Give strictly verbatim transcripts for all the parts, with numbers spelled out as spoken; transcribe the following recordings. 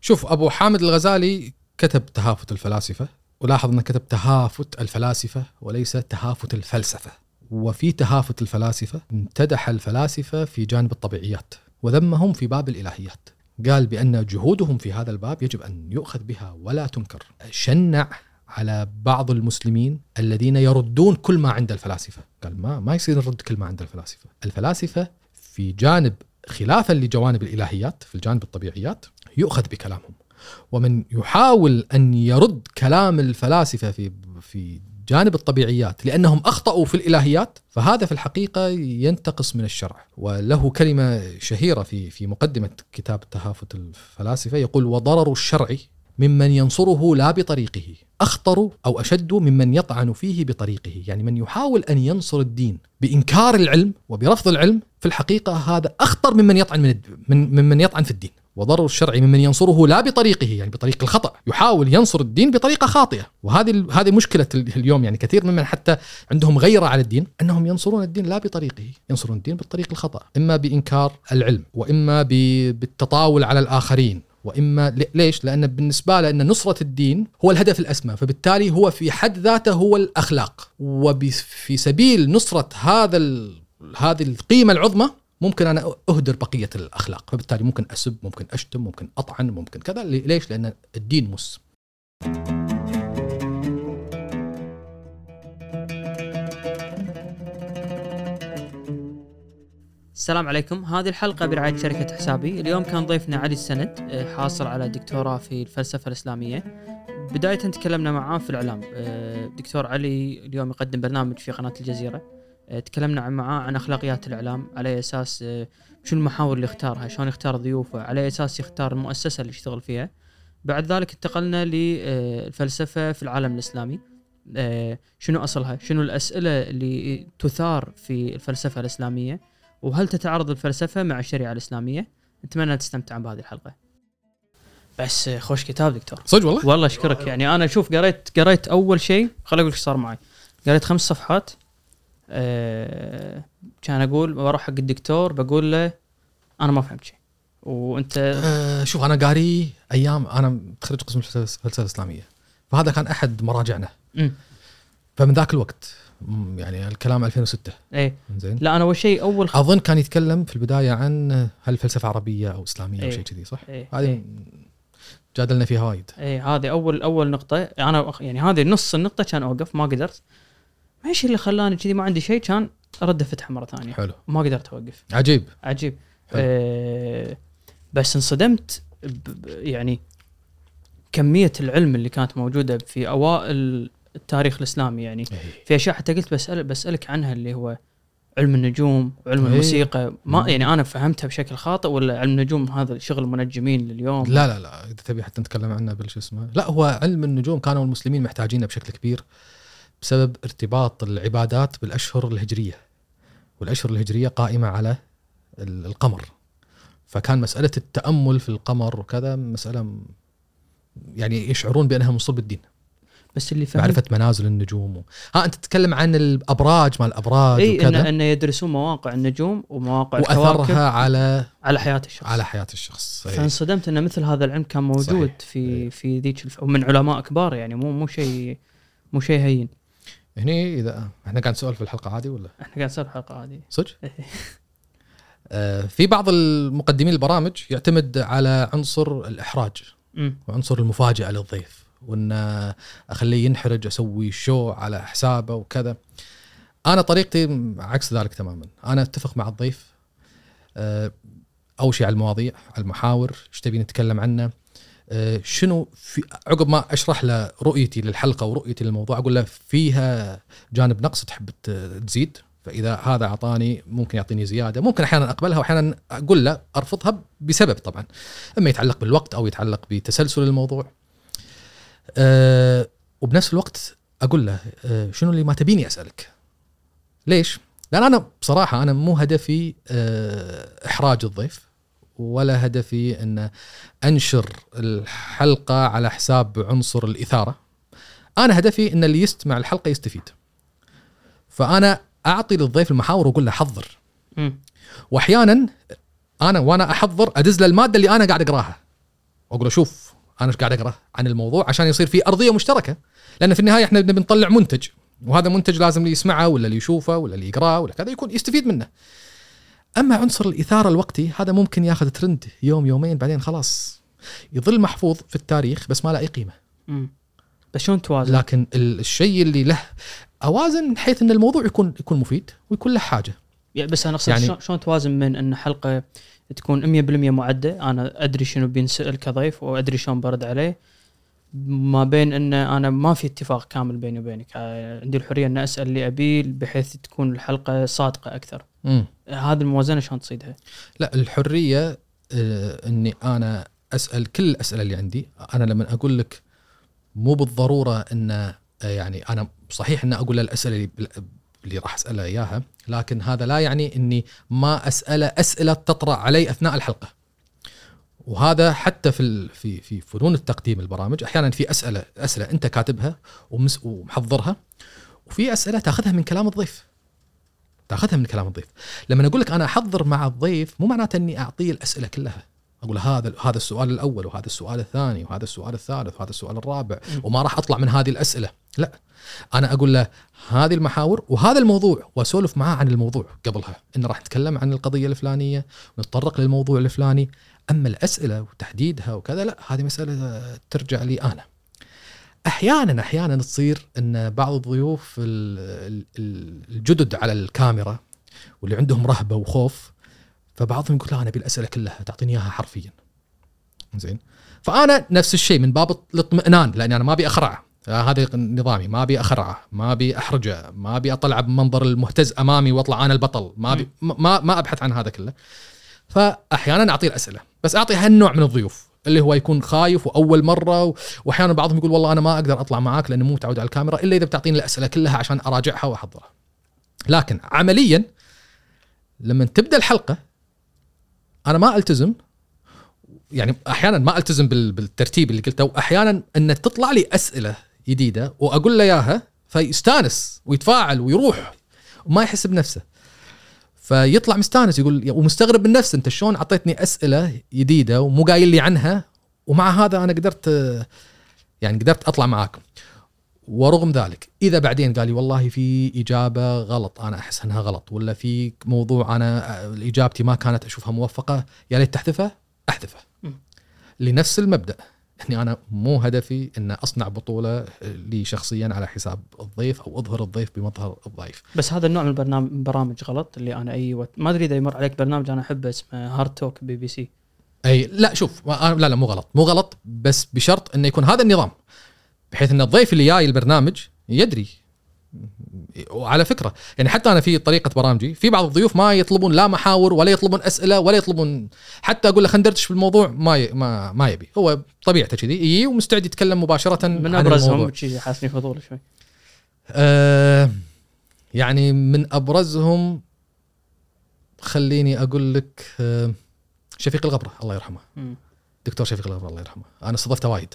شوف أبو حامد الغزالي كتب تهافت الفلاسفة، ولاحظ أنه كتب تهافت الفلاسفة وليس تهافت الفلسفة. وفي تهافت الفلاسفة امتدح الفلاسفة في جانب الطبيعيات وذمهم في باب الإلهيات، قال بأن جهودهم في هذا الباب يجب أن يؤخذ بها ولا تنكر. شنع على بعض المسلمين الذين يردون كل ما عند الفلاسفة، قال ما ما يصير نرد كل ما عند الفلاسفة. الفلاسفة في جانب خلافا لجوانب الإلهيات في الجانب الطبيعيات يؤخذ بكلامهم، ومن يحاول أن يرد كلام الفلاسفة في في جانب الطبيعيات لأنهم أخطأوا في الإلهيات، فهذا في الحقيقة ينتقص من الشرع. وله كلمة شهيرة في في مقدمة كتاب تهافت الفلاسفة، يقول: وضرر الشرع ممن ينصره لا بطريقه أخطر أو أشد ممن يطعن فيه بطريقه. يعني من يحاول أن ينصر الدين بإنكار العلم وبرفض العلم في الحقيقة هذا أخطر ممن يطعن من من ممن يطعن في الدين. وضرر الشرع ممن ينصره لا بطريقه، يعني بطريق الخطأ، يحاول ينصر الدين بطريقة خاطئة. وهذه هذه مشكلة اليوم، يعني كثير ممن حتى عندهم غيرة على الدين أنهم ينصرون الدين لا بطريقه، ينصرون الدين بالطريق الخطأ، إما بإنكار العلم وإما بالتطاول على الآخرين، وإما ليش؟ لأن بالنسبة له أن نصرة الدين هو الهدف الأسمى، فبالتالي هو في حد ذاته هو الأخلاق، وفي سبيل نصرة هذا هذه القيمة العظمى ممكن أنا أهدر بقية الأخلاق، فبالتالي ممكن أسب، ممكن أشتم، ممكن أطعن، ممكن كذا. ليش؟ لأن الدين مس. السلام عليكم. هذه الحلقة برعاية شركة حسابي. اليوم كان ضيفنا علي السند، حاصل على دكتوراه في الفلسفة الإسلامية. بداية تكلمنا معاه في الإعلام. دكتور علي اليوم يقدم برنامج في قناة الجزيرة. تكلمنا معاه عن أخلاقيات الإعلام، على أساس شو المحاور اللي اختارها، شلون يختار ضيوفه، على أساس يختار المؤسسة اللي يشتغل فيها. بعد ذلك انتقلنا للفلسفة في العالم الإسلامي، شنو أصلها، شنو الأسئلة اللي تثار في الفلسفة الإسلامية، وهل تتعارض الفلسفة مع الشريعة الإسلامية. نتمنى تستمتع بهذه الحلقة. بس خوش كتاب دكتور، صدق والله والله أشكرك. يعني أنا شوف قريت قريت أول شيء، خليني أقول لك صار معي، قريت خمس صفحات. أه كان أقول بروح حق الدكتور بقول له أنا ما فهمت شيء، وأنت أه شوف أنا قاري أيام أنا تخرج قسم الفلسفة الإسلامية، فهذا كان أحد مراجعنا. م. فمن ذاك الوقت يعني الكلام ألفين وستة. ايه زين. لا انا اول شيء اول خ... اظن كان يتكلم في البدايه عن هل الفلسفه عربيه او اسلاميه ايه او شيء كذي، صح؟ ايه هذه ايه جادلنا فيها وايد. ايه هذه اول اول نقطه. انا يعني هذه نص النقطه كان اوقف ما قدرت. ما ايش اللي خلاني كذي ما عندي شيء، كان ارد افتح مره ثانيه. حلو. ما قدرت اوقف. عجيب عجيب. إيه بس انصدمت يعني كميه العلم اللي كانت موجوده في اوائل التاريخ الإسلامي. يعني في أشياء حتى قلت بسأل بسألك عنها، اللي هو علم النجوم وعلم أيه. الموسيقى. ما يعني أنا فهمتها بشكل خاطئ، ولا علم النجوم هذا شغل منجمين لليوم؟ لا لا لا إذا تبي حتى نتكلم عنه بالش اسمه. لا هو علم النجوم كانوا المسلمين محتاجينه بشكل كبير بسبب ارتباط العبادات بالأشهر الهجرية، والأشهر الهجرية قائمة على القمر، فكان مسألة التأمل في القمر وكذا مسألة يعني يشعرون بأنها من صلب الدين. بس اللي فهم معرفة منازل النجوم و... ها أنت تتكلم عن الأبراج مال الأبراج إيه وكذا، إن, إن يدرسون مواقع النجوم ومواقع وأثرها على على حياة الشخص على حياة الشخص. فانصدمت أن مثل هذا العلم كان موجود صحيح. في في ذيك الف... ومن علماء كبار، يعني مو مو شيء مو شيء هين. هني إذا إحنا قاعد نسولف في الحلقة عادي ولا إحنا قاعد نسولف في الحلقة عادي صدق؟ آه في بعض المقدمين البرامج يعتمد على عنصر الإحراج م. وعنصر المفاجأة للضيف، وإن أخليه ينحرج، أسوي شو على حسابه وكذا. أنا طريقتي عكس ذلك تماما. أنا أتفق مع الضيف أول شيء على المواضيع، على المحاور، إيش تبي نتكلم عنه، شنو في عقب ما أشرح له رؤيتي للحلقة ورؤيتي للموضوع، أقول له فيها جانب نقص تحب تزيد، فإذا هذا أعطاني ممكن يعطيني زيادة، ممكن أحيانا أقبلها وأحيانا أقول له أرفضها بسبب طبعا إما يتعلق بالوقت أو يتعلق بتسلسل الموضوع. أه وبنفس الوقت أقول له أه شنو اللي ما تبيني أسألك. ليش؟ لأن أنا بصراحة أنا مو هدفي أه إحراج الضيف، ولا هدفي أن أنشر الحلقة على حساب عنصر الإثارة. أنا هدفي أن اللي يستمع الحلقة يستفيد، فأنا أعطي للضيف المحاور وأقول له حضر. م. وأحيانا أنا وأنا أحضر أدز له المادة اللي أنا قاعد أقراها، واقول له شوف انا ايش قاعد اقرا عن الموضوع عشان يصير في ارضيه مشتركه، لان في النهايه احنا نبي نطلع منتج، وهذا منتج لازم اللي يسمعه ولا اللي يشوفه ولا اللي يقراه ولا كذا يكون يستفيد منه. اما عنصر الاثاره الوقتي هذا ممكن ياخذ ترند يوم يومين بعدين خلاص يظل محفوظ في التاريخ بس ما له اي قيمه. امم بس شلون توازن؟ لكن الشيء اللي له اوازن بحيث ان الموضوع يكون يكون مفيد ويكون له حاجه. يعني بس انا اقصد يعني يعني شلون توازن من ان حلقه تكون مية بالمية معده، انا ادري شنو بينسال كضيف وادري شلون برد عليه، ما بين ان انا ما في اتفاق كامل بيني وبينك، عندي الحريه ان اسال اللي ابي بحيث تكون الحلقه صادقه اكثر. مم. هذه الموازنه شلون تصيدها؟ لا الحريه آه اني انا اسال كل الاسئله اللي عندي. انا لما اقول لك مو بالضروره ان آه يعني انا صحيح ان اقول الاسئله اللي, اللي راح اسالها اياها، لكن هذا لا يعني اني ما اساله اسئله تطرا علي اثناء الحلقه. وهذا حتى في في في فنون التقديم البرامج احيانا في اسئله اسئله انت كاتبها ومحضرها، وفي اسئله تاخذها من كلام الضيف تاخذها من كلام الضيف. لما اقول لك انا احضر مع الضيف مو معناته اني اعطيه الاسئله كلها، اقول هذا هذا السؤال الاول وهذا السؤال الثاني وهذا السؤال الثالث وهذا السؤال الرابع وما راح اطلع من هذه الاسئله. لا، انا اقول له هذه المحاور وهذا الموضوع واسولف معاه عن الموضوع قبلها، ان راح نتكلم عن القضيه الفلانيه ونتطرق للموضوع الفلاني. اما الاسئله وتحديدها وكذا لا، هذه مساله ترجع لي انا. احيانا احيانا تصير ان بعض الضيوف الجدد على الكاميرا واللي عندهم رهبه وخوف، فبعضهم يقول لا انا بالاسئله كلها تعطيني اياها حرفيا. زين، فانا نفس الشيء من باب الاطمئنان، لاني انا ما ابي اخرعه، هذا نظامي، ما ابي اخرعه، ما ابي احرجه، ما ابي اطلع بمنظر المهتز امامي واطلع انا البطل، ما ابي ما ما ابحث عن هذا كله. فاحيانا اعطي الاسئله، بس اعطي هالنوع من الضيوف اللي هو يكون خايف واول مره، واحيانا بعضهم يقول والله انا ما اقدر اطلع معاك لانه مو متعود على الكاميرا الا اذا بتعطيني الاسئله كلها عشان اراجعها واحضرها. لكن عمليا لما تبدا الحلقه انا ما التزم، يعني احيانا ما التزم بالترتيب اللي قلته، واحيانا ان تطلع لي اسئله جديده واقول له اياها فيستانس ويتفاعل ويروح وما يحس بنفسه، فيطلع مستانس يقول ومستغرب من نفسه انت شلون عطيتني اسئله جديده ومو قايل لي عنها، ومع هذا انا قدرت يعني قدرت اطلع معاك. ورغم ذلك اذا بعدين قال لي والله في اجابه غلط انا احس انها غلط، ولا في موضوع انا اجابتي ما كانت اشوفها موفقه، يا ليت تحذفه احذفه. لنفس المبدا، اني انا مو هدفي ان اصنع بطوله لي شخصيا على حساب الضيف او اظهر الضيف بمظهر الضيف. بس هذا النوع من البرنامج برامج غلط اللي انا اي وقت ما ادري اذا يمر عليك برنامج انا احبه اسمه هارد توك بي بي سي. اي لا شوف لا لا مو غلط مو غلط بس بشرط انه يكون هذا النظام، بحيث ان الضيف اللي جاي البرنامج يدري. وعلى فكره يعني حتى انا في طريقه برامجي في بعض الضيوف ما يطلبون لا محاور ولا يطلبون اسئله ولا يطلبون حتى اقول له خلينا ندردش في الموضوع، ما ي... ما ما يبي، هو طبيعته كذي يجي ومستعد يتكلم مباشره من عن ابرزهم شيء حاسني فضول شوي. أه يعني من ابرزهم خليني اقول لك أه شفيق الغبره الله يرحمه. م. دكتور شفيق الغبره الله يرحمه، انا استضفته وايد.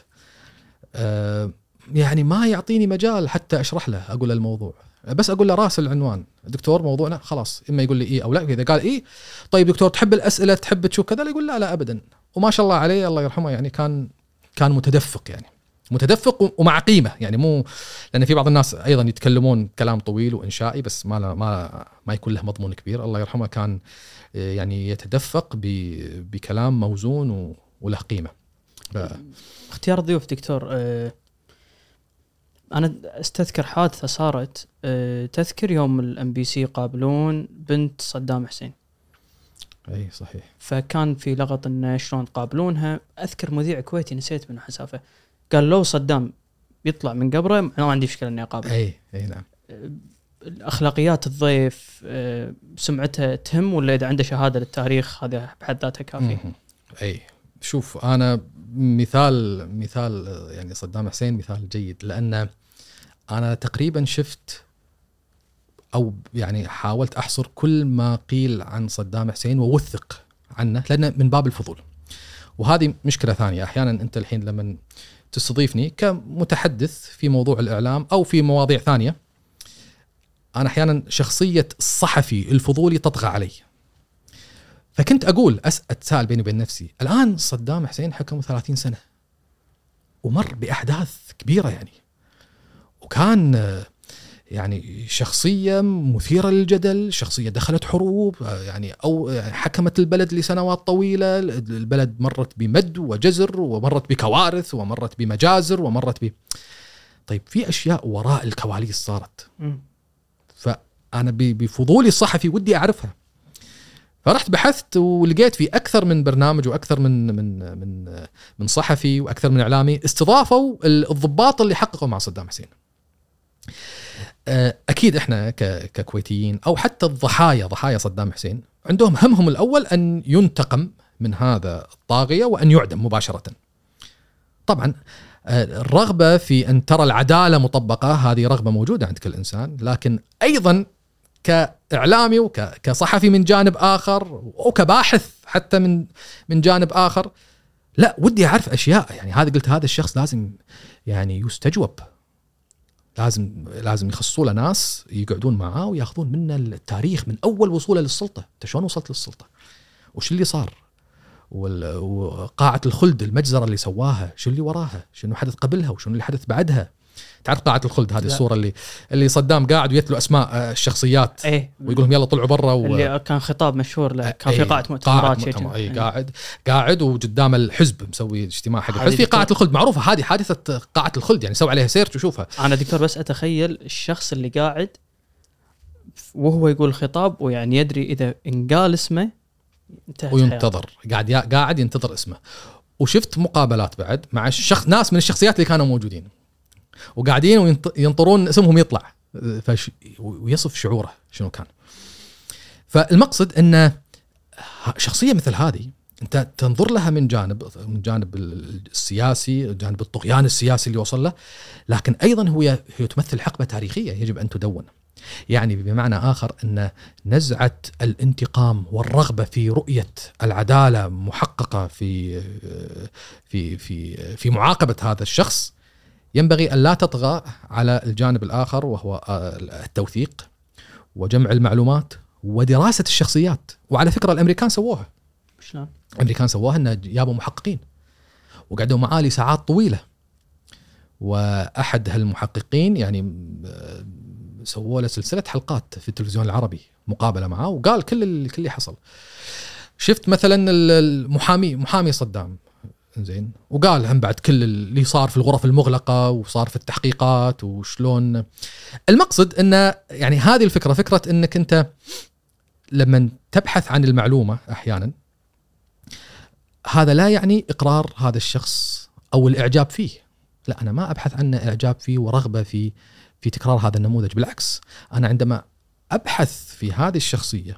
أه يعني ما يعطيني مجال حتى اشرح له اقول له الموضوع، بس اقول له راس العنوان دكتور موضوعنا خلاص، اما يقول لي ايه او لا. اذا قال ايه طيب دكتور تحب الاسئله تحب تشوف كذا، يقول لا لا ابدا. وما شاء الله عليه الله يرحمه يعني كان كان متدفق، يعني متدفق ومع قيمه، يعني مو لان في بعض الناس ايضا يتكلمون كلام طويل وانشائي بس ما ما ما يكون له مضمون كبير. الله يرحمه كان يعني يتدفق بكلام موزون وله قيمه. اختيار الضيوف دكتور، أه أنا استذكر حادثة صارت، أه تذكر يوم الام بي سي قابلون بنت صدام حسين. أي صحيح. فكان في لغط إن شلون قابلونها. أذكر مذيع كويتي نسيت منه حسافة قال لو صدام يطلع من قبره ما عندي مشكلة إني أقابله. أي أي نعم. أه أخلاقيات الضيف أه سمعتها تهم، ولا إذا عنده شهادة للتاريخ هذا بحد ذاته كافي؟ أي شوف أنا مثال مثال يعني صدام حسين مثال جيد، لأن أنا تقريبا شفت أو يعني حاولت أحصر كل ما قيل عن صدام حسين ووثق عنه، لأنه من باب الفضول. وهذه مشكلة ثانية، أحيانا أنت الحين لما تستضيفني كمتحدث في موضوع الإعلام أو في مواضيع ثانية، أنا أحيانا شخصية الصحفي الفضولي تطغى علي، فكنت أقول أتساءل بيني وبين نفسي، الآن صدام حسين حكم ثلاثين سنة ومر بأحداث كبيرة يعني، وكان يعني شخصية مثيرة للجدل، شخصية دخلت حروب يعني أو حكمت البلد لسنوات طويلة، البلد مرت بمد وجزر ومرت بكوارث ومرت بمجازر ومرت ب طيب في أشياء وراء الكواليس صارت، فأنا بفضولي الصحفي ودي أعرفها، فرحت بحثت ولقيت في أكثر من برنامج وأكثر من من من من صحفي وأكثر من إعلامي استضافوا الضباط اللي حققوا مع صدام حسين. أكيد إحنا ككويتيين أو حتى الضحايا ضحايا صدام حسين عندهم همهم الأول أن ينتقم من هذا الطاغية وأن يعدم مباشرة. طبعا الرغبة في أن ترى العدالة مطبقة هذه رغبة موجودة عند كل إنسان، لكن أيضا كإعلامي وكصحفي من جانب آخر وكباحث حتى من من جانب آخر، لا ودي أعرف أشياء يعني. هذا قلت هذا الشخص لازم يعني يستجوب، لازم لازم يخصوا له ناس يقعدون معاه وياخذون منه التاريخ من أول وصوله للسلطة، أنت شلون وصلت للسلطة، وش اللي صار، وقاعة الخلد المجزرة اللي سواها شو اللي وراها، شنو حدث قبلها وشنو اللي حدث بعدها. تعرف قاعة الخلد هذه الصورة اللي اللي صدام قاعد ويتلو أسماء الشخصيات ايه ويقولهم يلا طلعوا برا و... اللي كان خطاب مشهور له، كان ايه في قاعة مؤتمرات شيء مؤتمر ايه قاعد قاعد وقدام الحزب مسوي اجتماع حق الحزب في قاعة الخلد معروفة. هذه حادثة قاعة الخلد يعني، سوي عليها سيرش وشوفها. أنا دكتور بس أتخيل الشخص اللي قاعد وهو يقول الخطاب ويعني يدري إذا انقال اسمه وينتظر قاعد قاعد ينتظر اسمه. وشفت مقابلات بعد مع الشخص ناس من الشخصيات اللي كانوا موجودين وقاعدين وينطرون اسمهم يطلع، فش ويصف شعوره شنو كان. فالمقصد ان شخصيه مثل هذه انت تنظر لها من جانب من جانب السياسي، جانب الطغيان السياسي اللي وصل له، لكن ايضا هو هي تمثل حقبه تاريخيه يجب ان تدون. يعني بمعنى آخر أن نزعة الانتقام والرغبة في رؤية العدالة محققة في في في في معاقبة هذا الشخص ينبغي أن لا تطغى على الجانب الآخر، وهو التوثيق وجمع المعلومات ودراسة الشخصيات. وعلى فكرة الأمريكان سووها. شلون؟ الأمريكان سووها أن جابوا محققين وقعدوا معاه لساعات طويلة، وأحد هالمحققين يعني سووا له سلسلة حلقات في التلفزيون العربي مقابلة معه، وقال كل اللي كل اللي حصل. شفت مثلا المحامي محامي صدام زين، وقال هم بعد كل اللي صار في الغرف المغلقة وصار في التحقيقات وشلون. المقصد أن يعني هذه الفكرة فكرة أنك أنت لما تبحث عن المعلومة أحيانا هذا لا يعني إقرار هذا الشخص أو الإعجاب فيه، لا أنا ما أبحث عنه إعجاب فيه ورغبة في في تكرار هذا النموذج. بالعكس أنا عندما أبحث في هذه الشخصية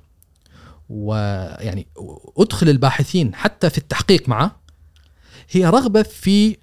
ويعني أدخل الباحثين حتى في التحقيق معه، هي رغبة في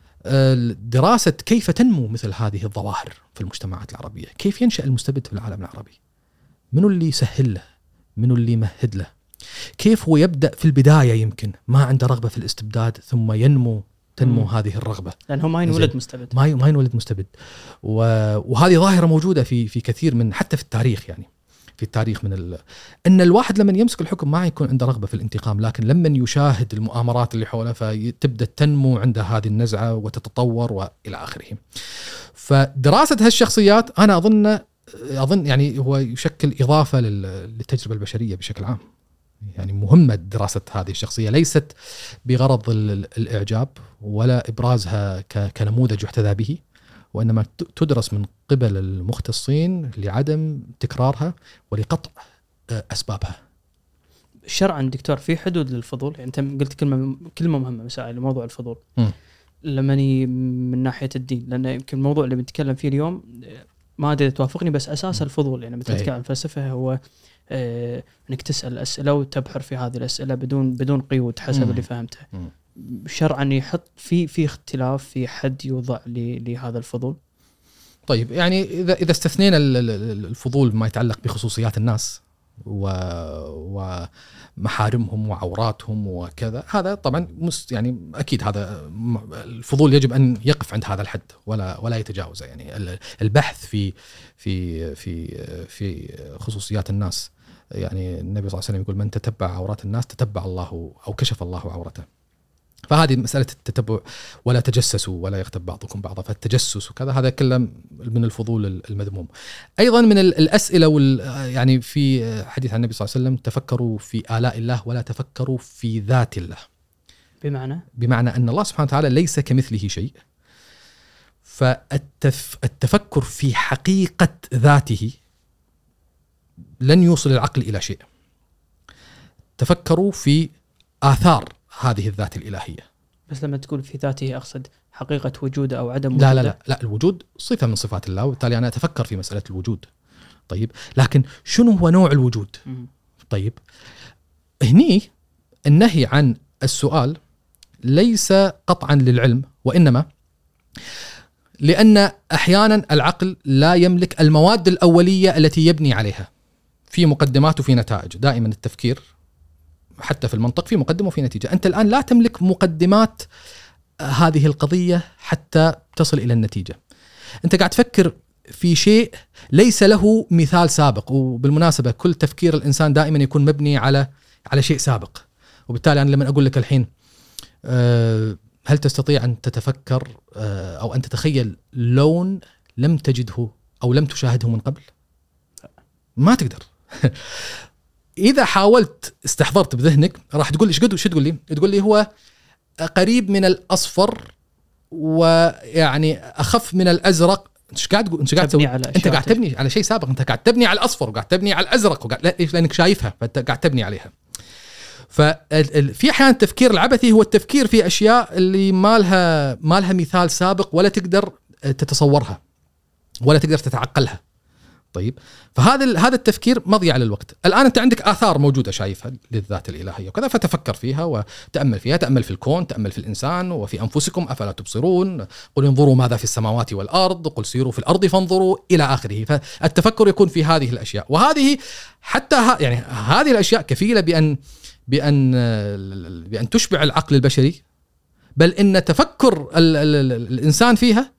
دراسة كيف تنمو مثل هذه الظواهر في المجتمعات العربية، كيف ينشأ المستبد في العالم العربي، منو اللي يسهل له، منو اللي يمهد له، كيف هو يبدأ في البداية يمكن ما عنده رغبة في الاستبداد ثم ينمو تنمو مم. هذه الرغبة، لأنه ما ينولد مستبد ما ما ينولد مستبد. وهذه ظاهرة موجودة في في كثير من حتى في التاريخ، يعني في التاريخ من ال... أن الواحد لما يمسك الحكم ما يكون عنده رغبة في الانتقام، لكن لما يشاهد المؤامرات اللي حوله فتبدأ تنمو عنده هذه النزعة وتتطور وإلى آخره. فدراسة هالشخصيات أنا أظن أظن يعني هو يشكل إضافة للتجربة البشرية بشكل عام. يعني مهمة دراسة هذه الشخصية ليست بغرض الإعجاب ولا إبرازها كنموذج يحتذى به، وإنما تدرس من قبل المختصين لعدم تكرارها ولقطع أسبابها. شرعا دكتور في حدود للفضول، يعني أنت قلت كلمة كلمة مهمة مسائل موضوع الفضول م. لما من ناحية الدين، لأن يمكن الموضوع اللي بنتكلم فيه اليوم ما أدري توافقني، بس أساس الفضول يعني مثل تتكلم عن الفلسفة هو آه انك تسال اسئله وتبحر في هذه الاسئله بدون بدون قيود حسب مم. اللي فهمته. مم. شرعا يحط في في اختلاف في حد يوضع لهذا الفضول. طيب يعني اذا اذا استثنينا الفضول ما يتعلق بخصوصيات الناس ومحارمهم وعوراتهم وكذا، هذا طبعا مست يعني اكيد هذا الفضول يجب ان يقف عند هذا الحد ولا ولا يتجاوزه. يعني البحث في في في في خصوصيات الناس يعني النبي صلى الله عليه وسلم يقول من تتبع عورات الناس تتبع الله أو كشف الله عورته. فهذه مسألة التتبع، ولا تجسسوا ولا يغتب بعضكم بعضا، فالتجسس وكذا هذا كله من الفضول المذموم. أيضا من الأسئلة وال يعني في حديث عن النبي صلى الله عليه وسلم تفكروا في آلاء الله ولا تفكروا في ذات الله. بمعنى بمعنى أن الله سبحانه وتعالى ليس كمثله شيء، فالتفكر في حقيقة ذاته لن يوصل العقل إلى شيء. تفكروا في آثار هذه الذات الإلهية. بس لما تقول في ذاته أقصد حقيقة وجوده أو عدم وجوده؟ لا لا لا لا، الوجود صفة من صفات الله، وبالتالي أنا أتفكر في مسألة الوجود. طيب لكن شنو هو نوع الوجود؟ م- طيب هني النهي عن السؤال ليس قطعا للعلم، وإنما لأن أحيانا العقل لا يملك المواد الأولية التي يبني عليها في مقدمات وفي نتائج. دائما التفكير حتى في المنطق في مقدمة وفي نتيجة. أنت الآن لا تملك مقدمات هذه القضية حتى تصل إلى النتيجة. أنت قاعد تفكر في شيء ليس له مثال سابق، وبالمناسبة كل تفكير الإنسان دائما يكون مبني على على شيء سابق. وبالتالي أنا لما أقول لك الحين هل تستطيع أن تتفكر أو أن تتخيل لون لم تجده أو لم تشاهده من قبل؟ ما تقدر. إذا حاولت استحضرت بذهنك راح تقول لي إيش قد وش تقول لي؟ تقول لي هو قريب من الأصفر ويعني أخف من الأزرق. أنت قاعد تقول أنت قاعد تسوي أنت قاعد تبني على شيء سابق. أنت قاعد تبني على الأصفر وقاعد تبني على الأزرق وقاعد لا ليش؟ لأنك شايفها فأنت قاعد تبني عليها. ففي أحيان التفكير العبثي هو التفكير في أشياء اللي ما لها ما لها مثال سابق ولا تقدر تتصورها ولا تقدر تتعقلها. طيب فهذا هذا التفكير مضيع للوقت. الآن أنت عندك آثار موجودة شايفها للذات الإلهية وكذا، فتفكر فيها وتأمل فيها. تأمل في الكون، تأمل في الإنسان وفي أنفسكم أفلا تبصرون، قل انظروا ماذا في السماوات والأرض، قل سيروا في الأرض فانظروا إلى آخره. فالتفكر يكون في هذه الأشياء، وهذه حتى ها يعني هذه الأشياء كفيلة بأن بأن بأن تشبع العقل البشري، بل إن تفكر ال ال الإنسان فيها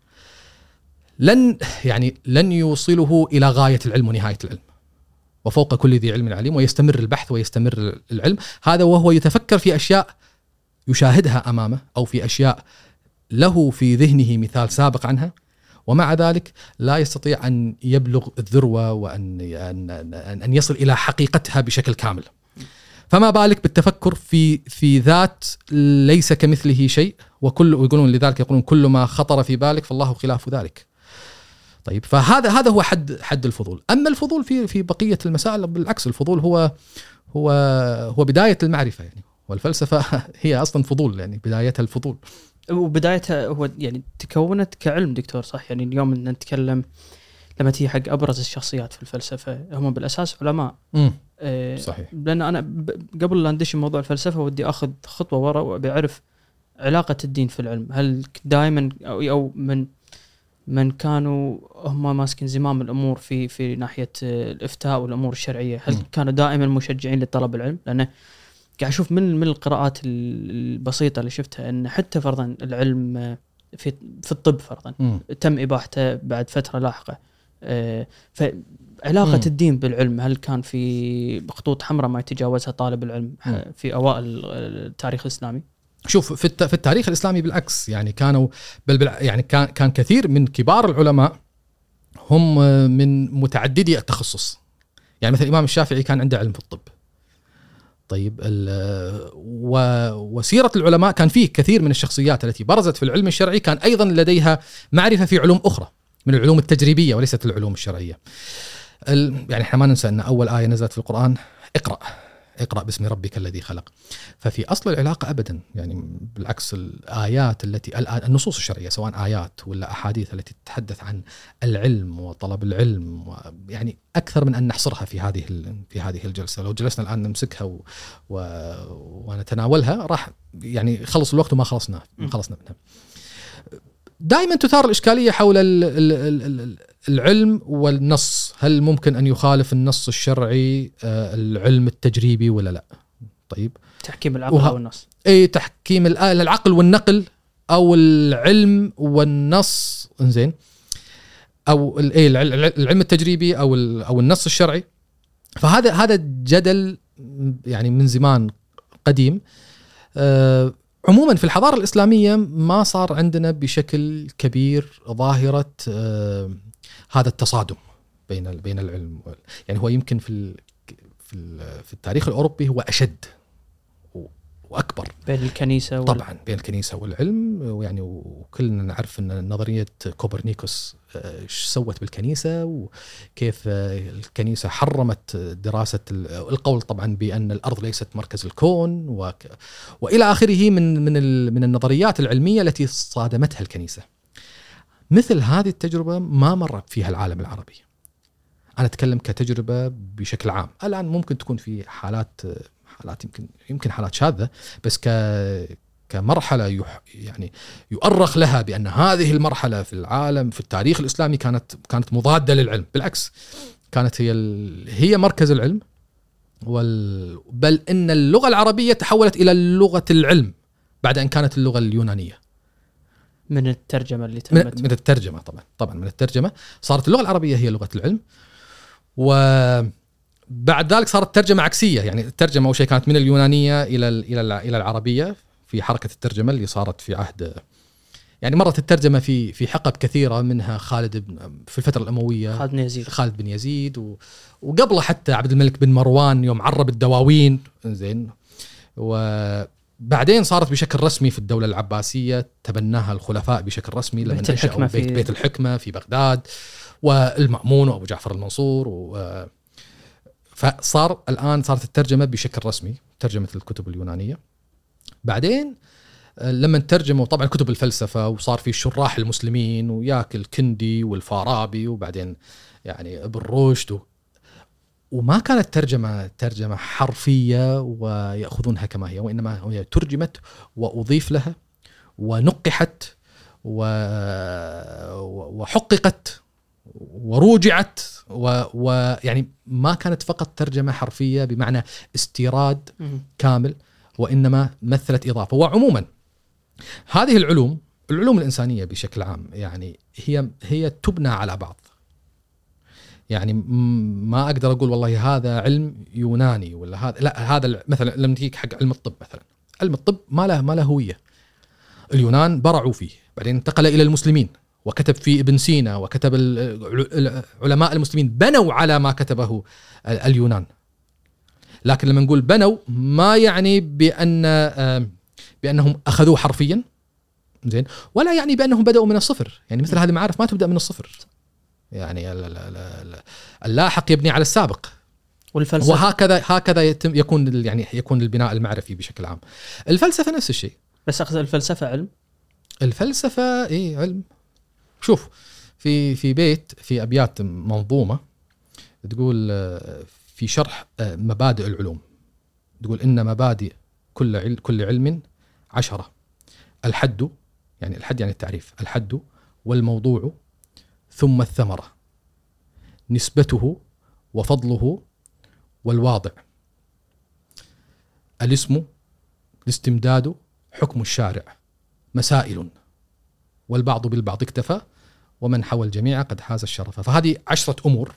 لن يعني لن يوصله إلى غاية العلم ونهاية العلم. وفوق كل ذي علم عليم، ويستمر البحث ويستمر العلم. هذا وهو يتفكر في أشياء يشاهدها أمامه أو في أشياء له في ذهنه مثال سابق عنها، ومع ذلك لا يستطيع أن يبلغ الذروة وأن أن يصل إلى حقيقتها بشكل كامل. فما بالك بالتفكر في في ذات ليس كمثله شيء، وكل ويقولون لذلك يقولون كل ما خطر في بالك فالله خلاف ذلك. طيب فهذا هذا هو حد حد الفضول. أما الفضول في في بقية المسائل بالعكس، الفضول هو هو هو بداية المعرفة يعني، والفلسفة هي أصلا فضول يعني بدايتها الفضول. وبدايتها هو يعني تكونت كعلم دكتور صح؟ يعني اليوم نتكلم لما تيجي حق أبرز الشخصيات في الفلسفة هم بالأساس علماء. امم صحيح. لأن أنا قبل لا ندش موضوع الفلسفة ودي أخذ خطوة وراء وبعرف علاقة الدين في العلم. هل دائما أو أو من من كانوا هم ماسكين زمام الأمور في في ناحية الإفتاء والأمور الشرعية، هل م. كانوا دائما مشجعين لطلب العلم؟ لأنه قاعد أشوف من من القراءات البسيطة اللي شفتها أن حتى فرضا العلم في في الطب فرضا م. تم إباحته بعد فترة لاحقة. فعلاقة م. الدين بالعلم هل كان في خطوط حمراء ما يتجاوزها طالب العلم م. في أوائل التاريخ الإسلامي؟ شوف في في التاريخ الإسلامي بالعكس يعني كانوا بل يعني كان كان كثير من كبار العلماء هم من متعددي التخصص. يعني مثل الإمام الشافعي كان عنده علم في الطب. طيب وسيرة العلماء كان فيه كثير من الشخصيات التي برزت في العلم الشرعي كان أيضا لديها معرفة في علوم أخرى من العلوم التجريبية وليست العلوم الشرعية. يعني احنا ما ننسى أن أول آية نزلت في القرآن اقرأ اقرأ باسم ربك الذي خلق. ففي أصل العلاقة أبدا يعني بالعكس الآيات التي النصوص الشرعية سواء آيات ولا أحاديث التي تتحدث عن العلم وطلب العلم يعني أكثر من أن نحصرها في هذه في هذه الجلسة. لو جلسنا الآن نمسكها و و ونتناولها راح يعني خلص الوقت وما خلصنا ما خلصنا منها. دائما تثار الإشكالية حول العلم والنص. هل ممكن أن يخالف النص الشرعي العلم التجريبي ولا لا؟ طيب تحكيم العقل وه... أو النص. أي تحكيم العقل والنقل أو العلم والنص إنزين أو العلم التجريبي أو أو النص الشرعي. فهذا هذا جدل يعني من زمان قديم. أه عموما في الحضارة الإسلامية ما صار عندنا بشكل كبير ظاهرة أه هذا التصادم بين بين العلم، يعني هو يمكن في في في التاريخ الأوروبي هو أشد وأكبر بين الكنيسة وال... طبعا بين الكنيسة والعلم. ويعني وكلنا نعرف أن نظرية كوبرنيكوس إيش سوت بالكنيسة، وكيف الكنيسة حرمت دراسة القول طبعا بأن الأرض ليست مركز الكون وك... وإلى آخره من من من النظريات العلمية التي صادمتها الكنيسة. مثل هذه التجربة ما مرت فيها العالم العربي. أنا أتكلم كتجربة بشكل عام. الآن ممكن تكون في حالات حالات يمكن يمكن حالات شاذة، بس ك كمرحلة يح يعني يؤرخ لها بأن هذه المرحلة في العالم في التاريخ الإسلامي كانت كانت مضادة للعلم. بالعكس، كانت هي هي مركز العلم، وال بل إن اللغة العربية تحولت إلى لغة العلم بعد أن كانت اللغة اليونانية. من الترجمة اللي تمت من, من الترجمة طبعا طبعا من الترجمة صارت اللغة العربية هي لغة العلم. وبعد ذلك صارت ترجمة عكسية، يعني الترجمة أول شيء كانت من اليونانية إلى إلى إلى العربية في حركة الترجمة اللي صارت في عهد، يعني مرت الترجمة في في حقب كثيرة، منها خالد بن في الفترة الأموية خالد بن يزيد خالد بن يزيد و وقبله حتى عبد الملك بن مروان يوم عرب الدواوين زين. وبعدين صارت بشكل رسمي في الدولة العباسية، تبناها الخلفاء بشكل رسمي لما بيت الحكمة بيت, في بيت الحكمة في بغداد والمأمون وأبو جعفر المنصور و... فصار الآن صارت الترجمة بشكل رسمي، ترجمة الكتب اليونانية. بعدين لما ترجموا طبعا كتب الفلسفة وصار في شراح المسلمين وياكل كندي والفارابي وبعدين يعني ابن رشد و... وما كانت ترجمة ترجمة حرفية ويأخذونها كما هي، وإنما هي ترجمت وأضيف لها ونقحت و... وحققت وروجعت ويعني و... ما كانت فقط ترجمة حرفية بمعنى استيراد كامل، وإنما مثلت إضافة. وعموما هذه العلوم العلوم الإنسانية بشكل عام يعني هي هي تبنى على بعض. يعني ما أقدر أقول والله هذا علم يوناني ولا هذا لا، هذا مثلا لما تيجي حق علم الطب، مثلا علم الطب ما له ما له هوية. اليونان برعوا فيه، بعدين انتقل إلى المسلمين وكتب فيه ابن سينا، وكتب علماء المسلمين بنوا على ما كتبه اليونان. لكن لما نقول بنوا ما يعني بأن بأنهم أخذوه حرفيا زين، ولا يعني بأنهم بدأوا من الصفر. يعني مثل هذه المعارف ما تبدأ من الصفر، يعني اللاحق يبني على السابق. والفلسفة وهكذا هكذا يتم يكون يعني يكون البناء المعرفي بشكل عام. الفلسفة نفس الشيء. بس أخذ الفلسفة علم. الفلسفة إيه علم. شوف في في بيت في أبيات منظومة تقول في شرح مبادئ العلوم، تقول إن مبادئ كل علم كل علم عشرة: الحد، يعني الحد يعني التعريف، الحد والموضوع ثم الثمرة، نسبته وفضله والواضع، الاسم، الاستمداد، حكم الشارع، مسائل، والبعض بالبعض اكتفى، ومن حوى الجميع قد حاز الشرف. فهذه عشرة أمور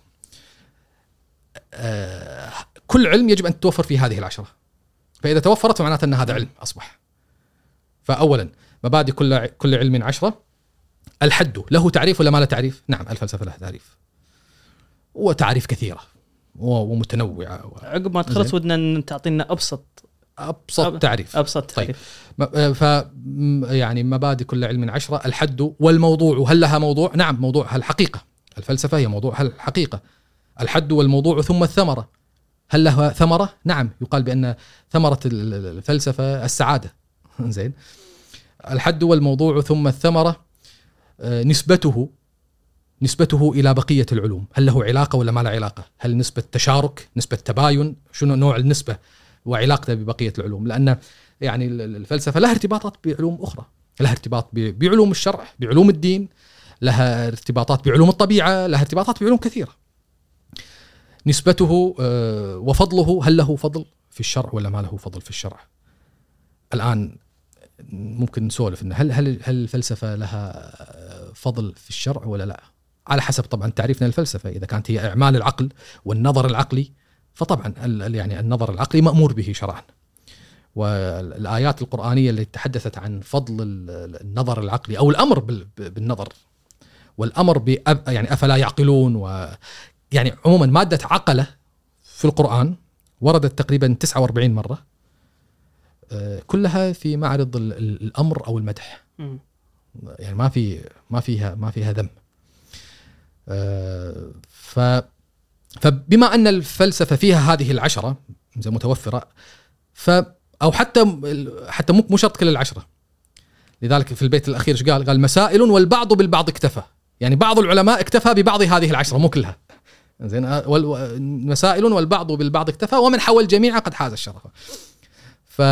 آه كل علم يجب أن تتوفر في هذه العشرة. فإذا توفرت فمعناته أن هذا علم أصبح. فأولا مبادئ كل كل علم عشرة. الحد له تعريف ولا ما له تعريف؟ نعم، الفلسفة لها تعريف وتعريف كثيرة ومتنوعة و... عقب ما تخلص ودنا تعطينا أبسط أبسط أب... تعريف. أبسط تعريف. طيب. ف يعني مبادئ كل علم عشرة. الحد والموضوع، هل لها موضوع؟ نعم، موضوعها الحقيقة. الفلسفة هي موضوعها الحقيقة. الحد والموضوع ثم الثمرة، هل لها ثمرة؟ نعم، يقال بأن ثمرة الفلسفة السعادة. زين. الحد والموضوع ثم الثمرة، نسبته نسبته إلى بقية العلوم، هل له علاقة ولا ما له علاقة؟ هل نسبة تشارك، نسبة تباين، شنو نوع النسبة وعلاقته ببقية العلوم؟ لأن يعني الفلسفة لها ارتباطات بعلوم أخرى، لها ارتباط بعلوم الشرع، بعلوم الدين، لها ارتباطات بعلوم الطبيعة، لها ارتباطات بعلوم كثيرة. نسبته وفضله، هل له فضل في الشرع ولا ما له فضل في الشرع؟ الآن ممكن نسولف إن هل هل هل الفلسفة لها فضل في الشرع ولا لا؟ على حسب طبعا تعريفنا للفلسفة. إذا كانت هي إعمال العقل والنظر العقلي فطبعا يعني النظر العقلي مأمور به شرعا، والآيات القرآنية اللي تحدثت عن فضل النظر العقلي أو الأمر بالنظر والأمر بأب يعني أفلا يعقلون، ويعني عموما مادة عقلة في القرآن وردت تقريبا تسعة وأربعين مرة، كلها في معرض الأمر أو المدح، يعني ما في ما فيها ما فيها ذم. ف فبما أن الفلسفة فيها هذه العشرة زي متوفرة، ف أو حتى حتى مو مو شرط كل العشرة، لذلك في البيت الأخير إيش قال؟ قال مسائل والبعض بالبعض اكتفى، يعني بعض العلماء اكتفى ببعض هذه العشرة مو كلها، زين، مسائل والبعض بالبعض اكتفى ومن حوى الجميع قد حاز الشرف. ف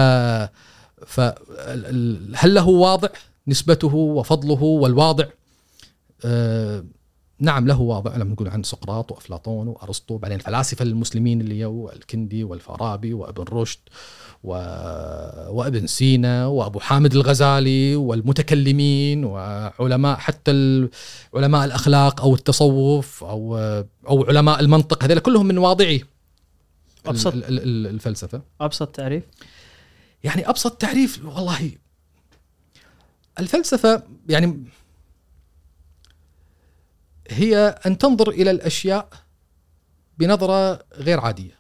فهل له واضع نسبته وفضله والواضع؟ آه نعم له واضع، لما نقول عن سقراط وأفلاطون وأرسطو، بعدين الفلاسفة المسلمين اللي هو الكندي والفارابي وابن رشد و... وابن سينا وأبو حامد الغزالي والمتكلمين وعلماء حتى علماء الأخلاق أو التصوف أو أو علماء المنطق، هذول كلهم من واضعي أبسط الفلسفة. أبسط تعريف، يعني أبسط تعريف والله الفلسفة يعني هي أن تنظر إلى الأشياء بنظرة غير عادية،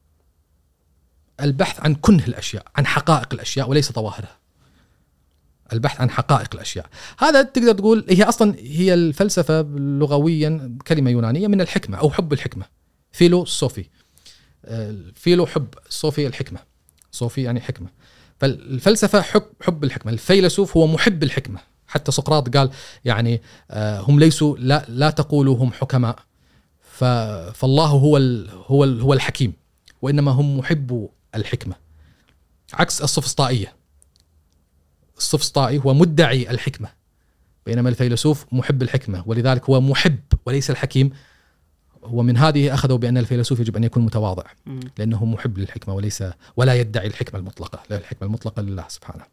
البحث عن كنه الأشياء، عن حقائق الأشياء وليس ظواهرها، البحث عن حقائق الأشياء. هذا تقدر تقول هي أصلا هي الفلسفة لغويا كلمة يونانية من الحكمة أو حب الحكمة، فيلو صوفي، فيلو حب، صوفي الحكمة، صوفي يعني حكمة، فالفلسفة حب حب الحكمة، الفيلسوف هو محب الحكمة. حتى سقراط قال يعني هم ليسوا لا لا تقولوا هم حكماء، فالله هو ال هو ال هو الحكيم، وإنما هم محبوا الحكمة، عكس السفسطائية. السفسطائي هو مدعي الحكمة، بينما الفيلسوف محب الحكمة، ولذلك هو محب وليس الحكيم. ومن هذه أخذوا بأن الفيلسوف يجب أن يكون متواضع، لأنه محب للحكمة وليس ولا يدعي الحكمة المطلقة، لا، الحكمة المطلقة لله سبحانه.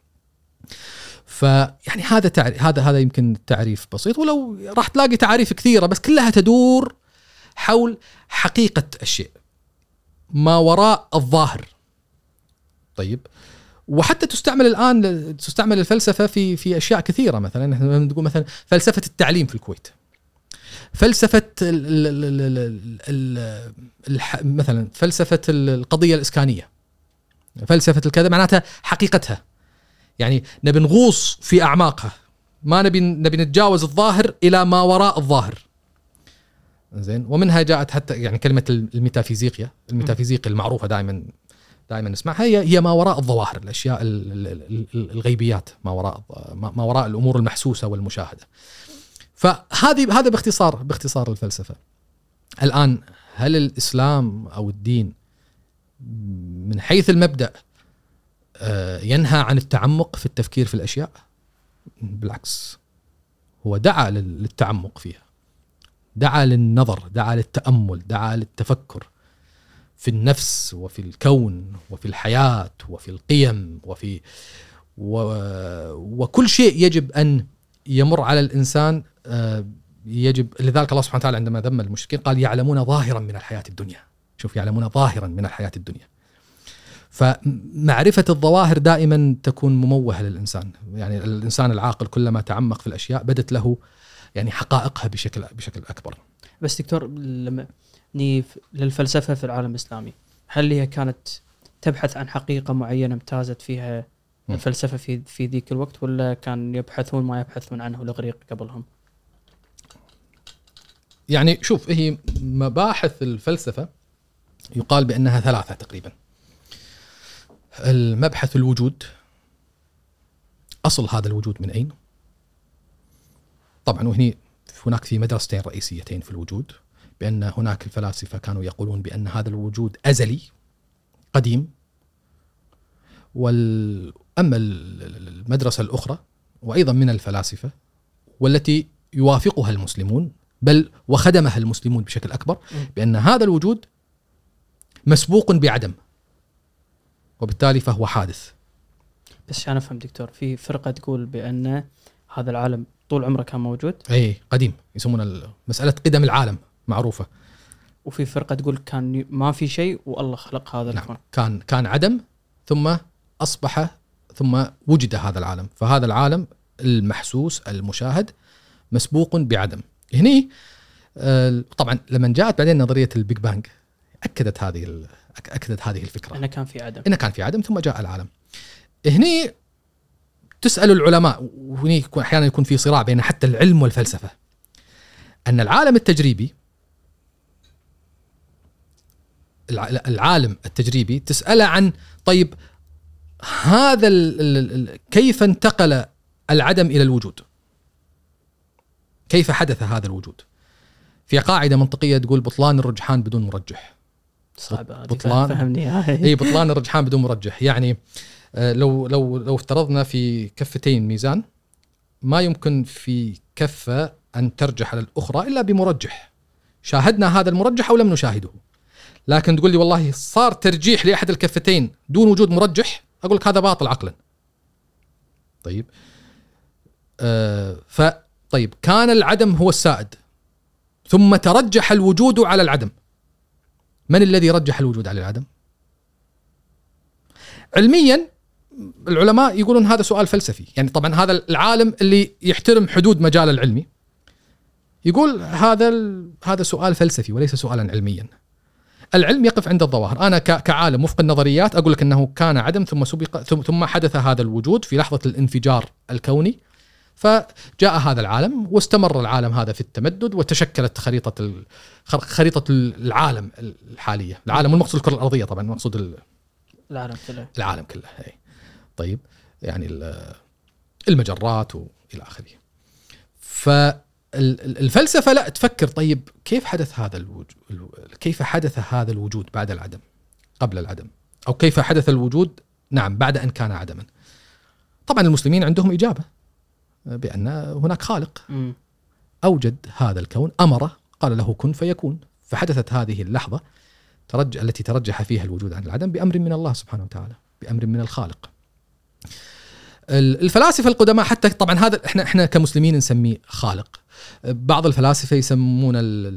فيعني هذا تعريف، هذا هذا يمكن تعريف بسيط، ولو راح تلاقي تعريف كثيرة بس كلها تدور حول حقيقة الشيء ما وراء الظاهر. طيب، وحتى تستعمل الآن تستعمل الفلسفة في في أشياء كثيرة، مثلا نحن نقول مثلا فلسفة التعليم في الكويت، فلسفة ال ال ال ال مثلا فلسفة القضية الإسكانية، فلسفة الكذا، معناتها حقيقتها، يعني نبي نغوص في أعماقها، ما نبي نبي نتجاوز الظاهر إلى ما وراء الظاهر. زين، ومنها جاءت حتى يعني كلمة الميتافيزيقيا، الميتافيزيقيا المعروفة دائما دائما نسمعها، هي هي ما وراء الظواهر، الأشياء الغيبيات، ما وراء ما وراء الأمور المحسوسة والمشاهدة. فهذه هذا باختصار باختصار الفلسفة. الآن هل الإسلام أو الدين من حيث المبدأ ينهى عن التعمق في التفكير في الأشياء؟ بالعكس، هو دعا للتعمق فيها، دعا للنظر، دعا للتأمل، دعا للتفكر في النفس وفي الكون وفي الحياة وفي القيم وفي و وكل شيء يجب أن يمر على الإنسان. يجب، لذلك الله سبحانه وتعالى عندما ذم المشركين قال يعلمون ظاهرا من الحياة الدنيا. شوف، يعلمون ظاهرا من الحياة الدنيا. فمعرفة الظواهر دائما تكون مموهة للإنسان، يعني الإنسان العاقل كلما تعمق في الأشياء بدت له يعني حقائقها بشكل بشكل أكبر. بس دكتور، لما ني للفلسفة في العالم الإسلامي، هل هي كانت تبحث عن حقيقة معينة امتازت فيها الفلسفة في في ذيك الوقت، ولا كان يبحثون ما يبحثون عنه الإغريق قبلهم؟ يعني شوف، هي مباحث الفلسفة يقال بأنها ثلاثة تقريبا. المبحث الوجود، أصل هذا الوجود من أين؟ طبعا وهني هناك في مدرستين رئيسيتين في الوجود، بأن هناك الفلاسفة كانوا يقولون بأن هذا الوجود أزلي قديم، وأما المدرسة الأخرى وأيضا من الفلاسفة والتي يوافقها المسلمون بل وخدمها المسلمون بشكل أكبر، بأن هذا الوجود مسبوق بعدم، وبالتالي فهو حادث. بس عشان أفهم دكتور، في فرقة تقول بأن هذا العالم طول عمره كان موجود، أي قديم، يسمون مسألة قدم العالم معروفة، وفي فرقة تقول كان ما في شيء والله خلق هذا نعم. الكون. كان كان عدم ثم أصبح ثم وجد هذا العالم. فهذا العالم المحسوس المشاهد مسبوق بعدم. هني طبعا لما جاءت بعدين نظرية البيج بانج أكدت هذه أكدت هذه الفكرة، إنه كان في عدم، إنه كان في عدم ثم جاء العالم. هني تسأل العلماء، وهني يكون أحيانا يكون في صراع بين حتى العلم والفلسفة، أن العالم التجريبي العالم التجريبي تسأله عن طيب هذا ال ال كيف انتقل العدم إلى الوجود، كيف حدث هذا الوجود؟ في قاعدة منطقية تقول بطلان الرجحان بدون مرجح. صعبة بطلان فهمني. اي بطلان الرجحان بدون مرجح، يعني لو لو لو افترضنا في كفتين ميزان، ما يمكن في كفة أن ترجح على الأخرى إلا بمرجح، شاهدنا هذا المرجح أو لم نشاهده. لكن تقول لي والله صار ترجيح لأحد الكفتين دون وجود مرجح، أقول لك هذا باطل عقلا. طيب آه فطيب كان العدم هو السائد ثم ترجح الوجود على العدم. من الذي رجح الوجود على العدم؟ علميا العلماء يقولون هذا سؤال فلسفي، يعني طبعا هذا العالم اللي يحترم حدود مجال العلمي يقول هذا هذا سؤال فلسفي وليس سؤالا علميا. العلم يقف عند الظواهر. أنا كعالم وفق النظريات أقول لك أنه كان عدم ثم سبق ثم حدث هذا الوجود في لحظة الانفجار الكوني، فجاء هذا العالم واستمر العالم هذا في التمدد وتشكلت خريطة خريطة العالم الحالية. العالم المقصود الكرة الأرضية طبعا، المقصود العالم كله. العالم كله أي. طيب يعني المجرات وإلى آخره. فالفلسفة لا تفكر طيب كيف حدث هذا الوجود، كيف حدث هذا الوجود بعد العدم قبل العدم، أو كيف حدث الوجود نعم بعد أن كان عدما. طبعا المسلمين عندهم إجابة بأن هناك خالق أوجد هذا الكون، أمره قال له كن فيكون، فحدثت هذه اللحظة ترجع التي ترجح فيها الوجود عن العدم بأمر من الله سبحانه وتعالى، بأمر من الخالق. الفلاسفة القدماء حتى طبعا هذا احنا احنا كمسلمين نسميه خالق، بعض الفلاسفة يسمون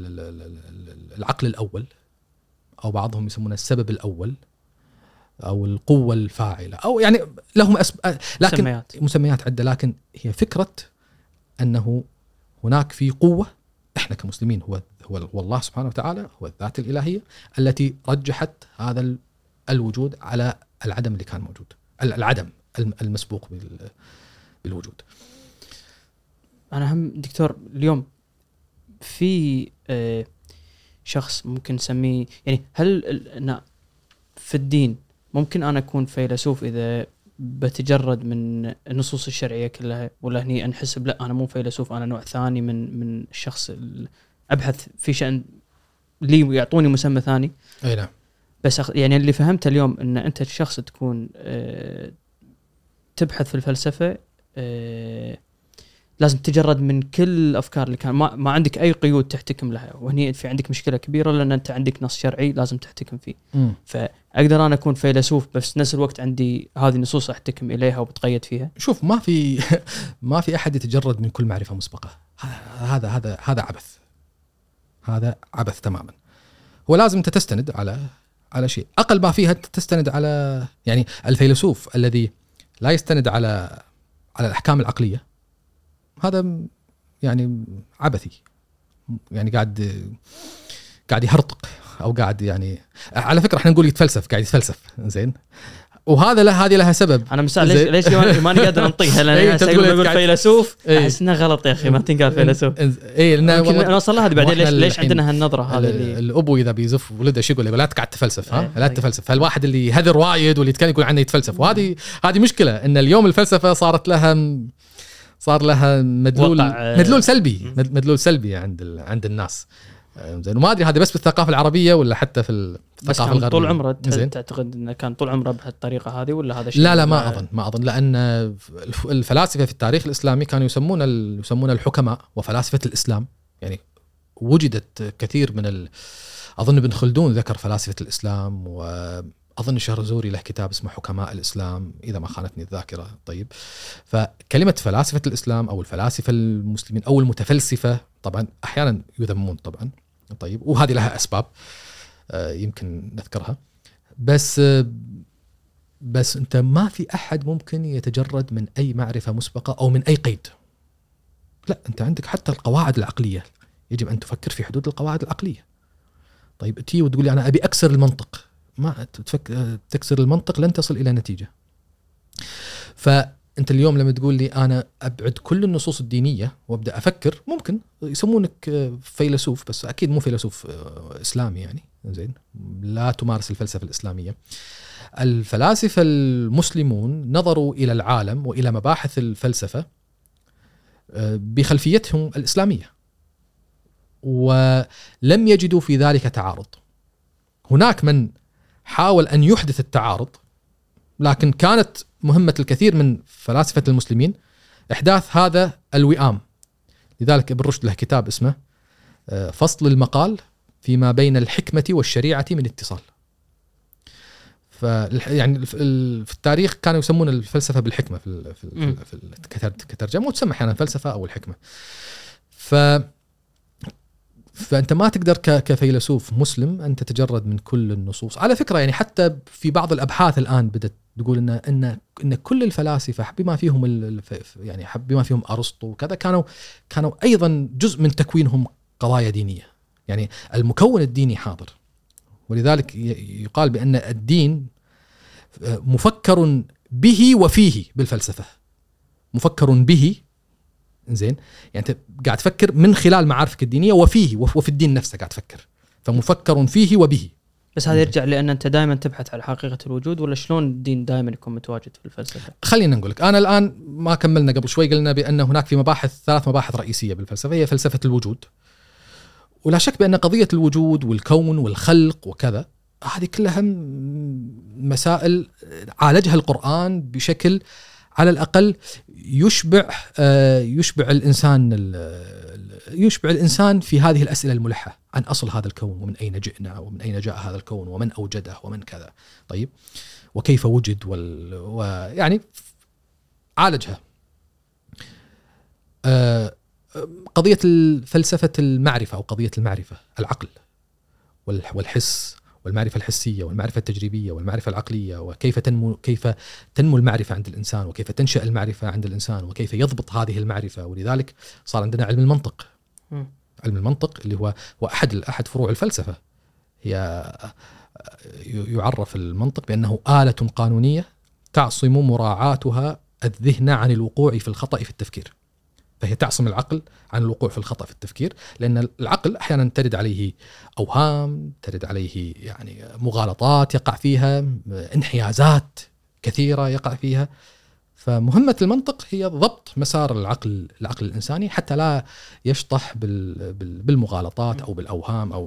العقل الأول، أو بعضهم يسمون السبب الأول، أو القوة الفاعلة، أو يعني لهم أسب... لكن مسميات. مسميات عدة، لكن هي فكرة أنه هناك في قوة، إحنا كمسلمين هو هو الله سبحانه وتعالى، هو الذات الإلهية التي رجحت هذا الوجود على العدم اللي كان موجود، العدم المسبوق بالوجود. أنا هم دكتور اليوم في شخص ممكن نسميه، يعني هل في الدين ممكن أنا أكون فيلسوف إذا بتجرد من النصوص الشرعية كلها، ولا هني أنحسب لا أنا مو فيلسوف، أنا نوع ثاني من من الشخص أبحث في شأن لي يعطوني مسمى ثاني؟ أي نعم. بس يعني اللي فهمته اليوم أن أنت الشخص تكون أه تبحث في الفلسفة أه لازم تجرد من كل الأفكار اللي كان، ما, ما عندك أي قيود تحتكم لها، وهني في عندك مشكلة كبيرة لأن أنت عندك نص شرعي لازم تحتكم فيه. م. فأقدر أنا أكون فيلسوف بس نفس الوقت عندي هذه النصوص أحتكم إليها وبتقيد فيها. شوف ما في ما في أحد يتجرد من كل معرفة مسبقة، هذا هذا هذا عبث، هذا عبث تماما. هو لازم أنت تستند على على شيء، أقل ما فيها تستند على، يعني الفيلسوف الذي لا يستند على على الأحكام العقلية هذا يعني عبثي، يعني قاعد قاعد يهرطق او قاعد، يعني على فكره احنا نقول يتفلسف، قاعد يتفلسف زين، وهذا له هذه لها سبب. انا مساء ليش ليش ماني قادر انطيها، لان اقول فيلسوف احس انه غلط يا اخي، ما تنقال فيلسوف. اي لان نوصل لها بعدين. ليش ليش عندنا هالنظره هذه اللي الابو اذا بيزف ولده شو يقول؟ لا تقعد تفلسف، ها لا تفلسف. فالواحد اللي هذر وايد واللي يتكلم يقول عنه يتفلسف، وهذه هذه مشكله، ان اليوم الفلسفه صارت لها صار لها مدلول مدلول سلبي، مدلول سلبي عند عند الناس زين. وما ادري هذا بس بالثقافه العربيه ولا حتى في الثقافه الغربيه. طول عمره تعتقد انه كان طول عمره بهالطريقه هذه ولا هذا شيء؟ لا لا ما اظن ما اظن لان الفلاسفه في التاريخ الاسلامي كانوا يسمون يسمون الحكماء وفلاسفه الاسلام، يعني وجدت كثير من ال... اظن ابن خلدون ذكر فلاسفه الاسلام، واظن الشهرزوري له كتاب اسمه حكماء الاسلام اذا ما خانتني الذاكره. طيب فكلمه فلاسفه الاسلام او الفلاسفه المسلمين او المتفلسفه طبعا احيانا يذمون طبعا، طيب، وهذه لها أسباب يمكن نذكرها، بس بس أنت ما في أحد ممكن يتجرد من أي معرفة مسبقة أو من أي قيد. لا، أنت عندك حتى القواعد العقلية يجب أن تفكر في حدود القواعد العقلية. طيب تي وتقول لي أنا أبي أكسر المنطق، ما تفكر تكسر المنطق لن تصل إلى نتيجة. فأنت اليوم لما تقول لي أنا أبعد كل النصوص الدينية وأبدأ أفكر، ممكن يسمونك فيلسوف، بس أكيد مو فيلسوف إسلامي يعني، زين، لا تمارس الفلسفة الإسلامية. الفلاسفة المسلمون نظروا إلى العالم وإلى مباحث الفلسفة بخلفيتهم الإسلامية، ولم يجدوا في ذلك تعارض. هناك من حاول أن يحدث التعارض، لكن كانت مهمة الكثير من فلاسفة المسلمين إحداث هذا الوئام. لذلك ابن رشد له كتاب اسمه فصل المقال فيما بين الحكمة والشريعة من اتصال. يعني في التاريخ كانوا يسمون الفلسفة بالحكمة في في في كترجمة، وتسمى أحيانا فلسفة أو الحكمة. ف فأنت ما تقدر كفيلسوف مسلم أن تتجرد من كل النصوص. على فكرة يعني حتى في بعض الأبحاث الآن بدأت تقول إن إن إن كل الفلاسفة بما فيهم يعني بما فيهم أرسطو وكذا كانوا كانوا أيضا جزء من تكوينهم قضايا دينية، يعني المكون الديني حاضر. ولذلك يقال بأن الدين مفكر به وفيه بالفلسفة، مفكر به، زين، يعني أنت قاعد تفكر من خلال معارفك الدينية وفيه وفي الدين نفسه قاعد تفكر، فمفكر فيه وبه. بس هذا يرجع لأن أنت دائما تبحث على حقيقة الوجود، ولا شلون الدين دائما يكون متواجد في الفلسفة؟ خلينا نقولك، أنا الآن ما كملنا قبل شوي قلنا بأن هناك في مباحث ثلاث مباحث رئيسية بالفلسفة، هي فلسفة الوجود، ولا شك بأن قضية الوجود والكون والخلق وكذا هذه كلها مسائل عالجها القرآن بشكل على الأقل يشبع يشبع الإنسان يشبع الإنسان في هذه الأسئلة الملحة عن أصل هذا الكون، ومن أين جئنا، ومن أين جاء هذا الكون، ومن أوجده، ومن كذا، طيب، وكيف وجد، وال... ويعني عالجها. قضية فلسفة المعرفة أو قضية المعرفة، العقل والحس والمعرفة الحسية والمعرفة التجريبية والمعرفة العقلية، وكيف تنمو كيف تنمو المعرفة عند الإنسان، وكيف تنشأ المعرفة عند الإنسان، وكيف يضبط هذه المعرفة. ولذلك صار عندنا علم المنطق. م. علم المنطق اللي هو هو أحد أحد فروع الفلسفة، هي يعرف المنطق بأنه آلة قانونية تعصم مراعاتها الذهن عن الوقوع في الخطأ في التفكير. فهي تعصم العقل عن الوقوع في الخطأ في التفكير، لأن العقل أحيانا ترد عليه أوهام، ترد عليه يعني مغالطات يقع فيها، انحيازات كثيرة يقع فيها. فمهمة المنطق هي ضبط مسار العقل العقل الإنساني حتى لا يشطح بالمغالطات أو بالأوهام، أو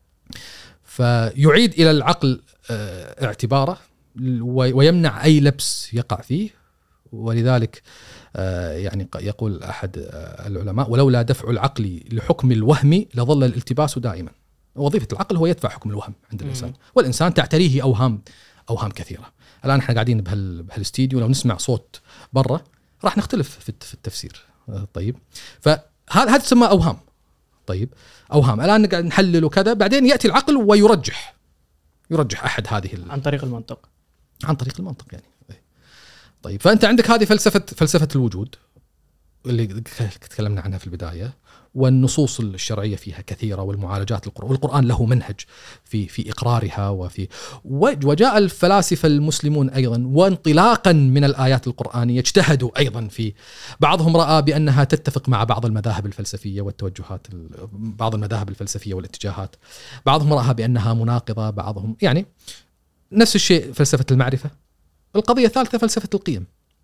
فيعيد إلى العقل اعتباره ويمنع أي لبس يقع فيه. ولذلك يعني يقول أحد العلماء: ولولا دفع العقل لحكم الوهم لظل الالتباس دائما. وظيفة العقل هو يدفع حكم الوهم عند الإنسان، والإنسان تعتريه أوهام أوهام كثيرة. الآن احنا قاعدين بهال بهالاستديو، لو نسمع صوت برا راح نختلف في التفسير. طيب، فهذا تسمى أوهام. طيب، أوهام الآن قاعد نحلل وكذا، بعدين يأتي العقل ويرجح يرجح أحد هذه عن طريق المنطق عن طريق المنطق يعني. طيب، فأنت عندك هذه فلسفة فلسفة الوجود اللي تكلمنا عنها في البداية، والنصوص الشرعية فيها كثيرة، والمعالجات القرآن، والقرآن له منهج في في إقرارها. وفي وجاء الفلاسفة المسلمون أيضا وانطلاقا من الآيات القرآنية اجتهدوا أيضا في بعضهم رأى بأنها تتفق مع بعض المذاهب الفلسفية والتوجهات، بعض المذاهب الفلسفية والاتجاهات، بعضهم رأى بأنها مناقضة، بعضهم يعني نفس الشيء فلسفة المعرفة. القضية الثالثة فلسفة القيم،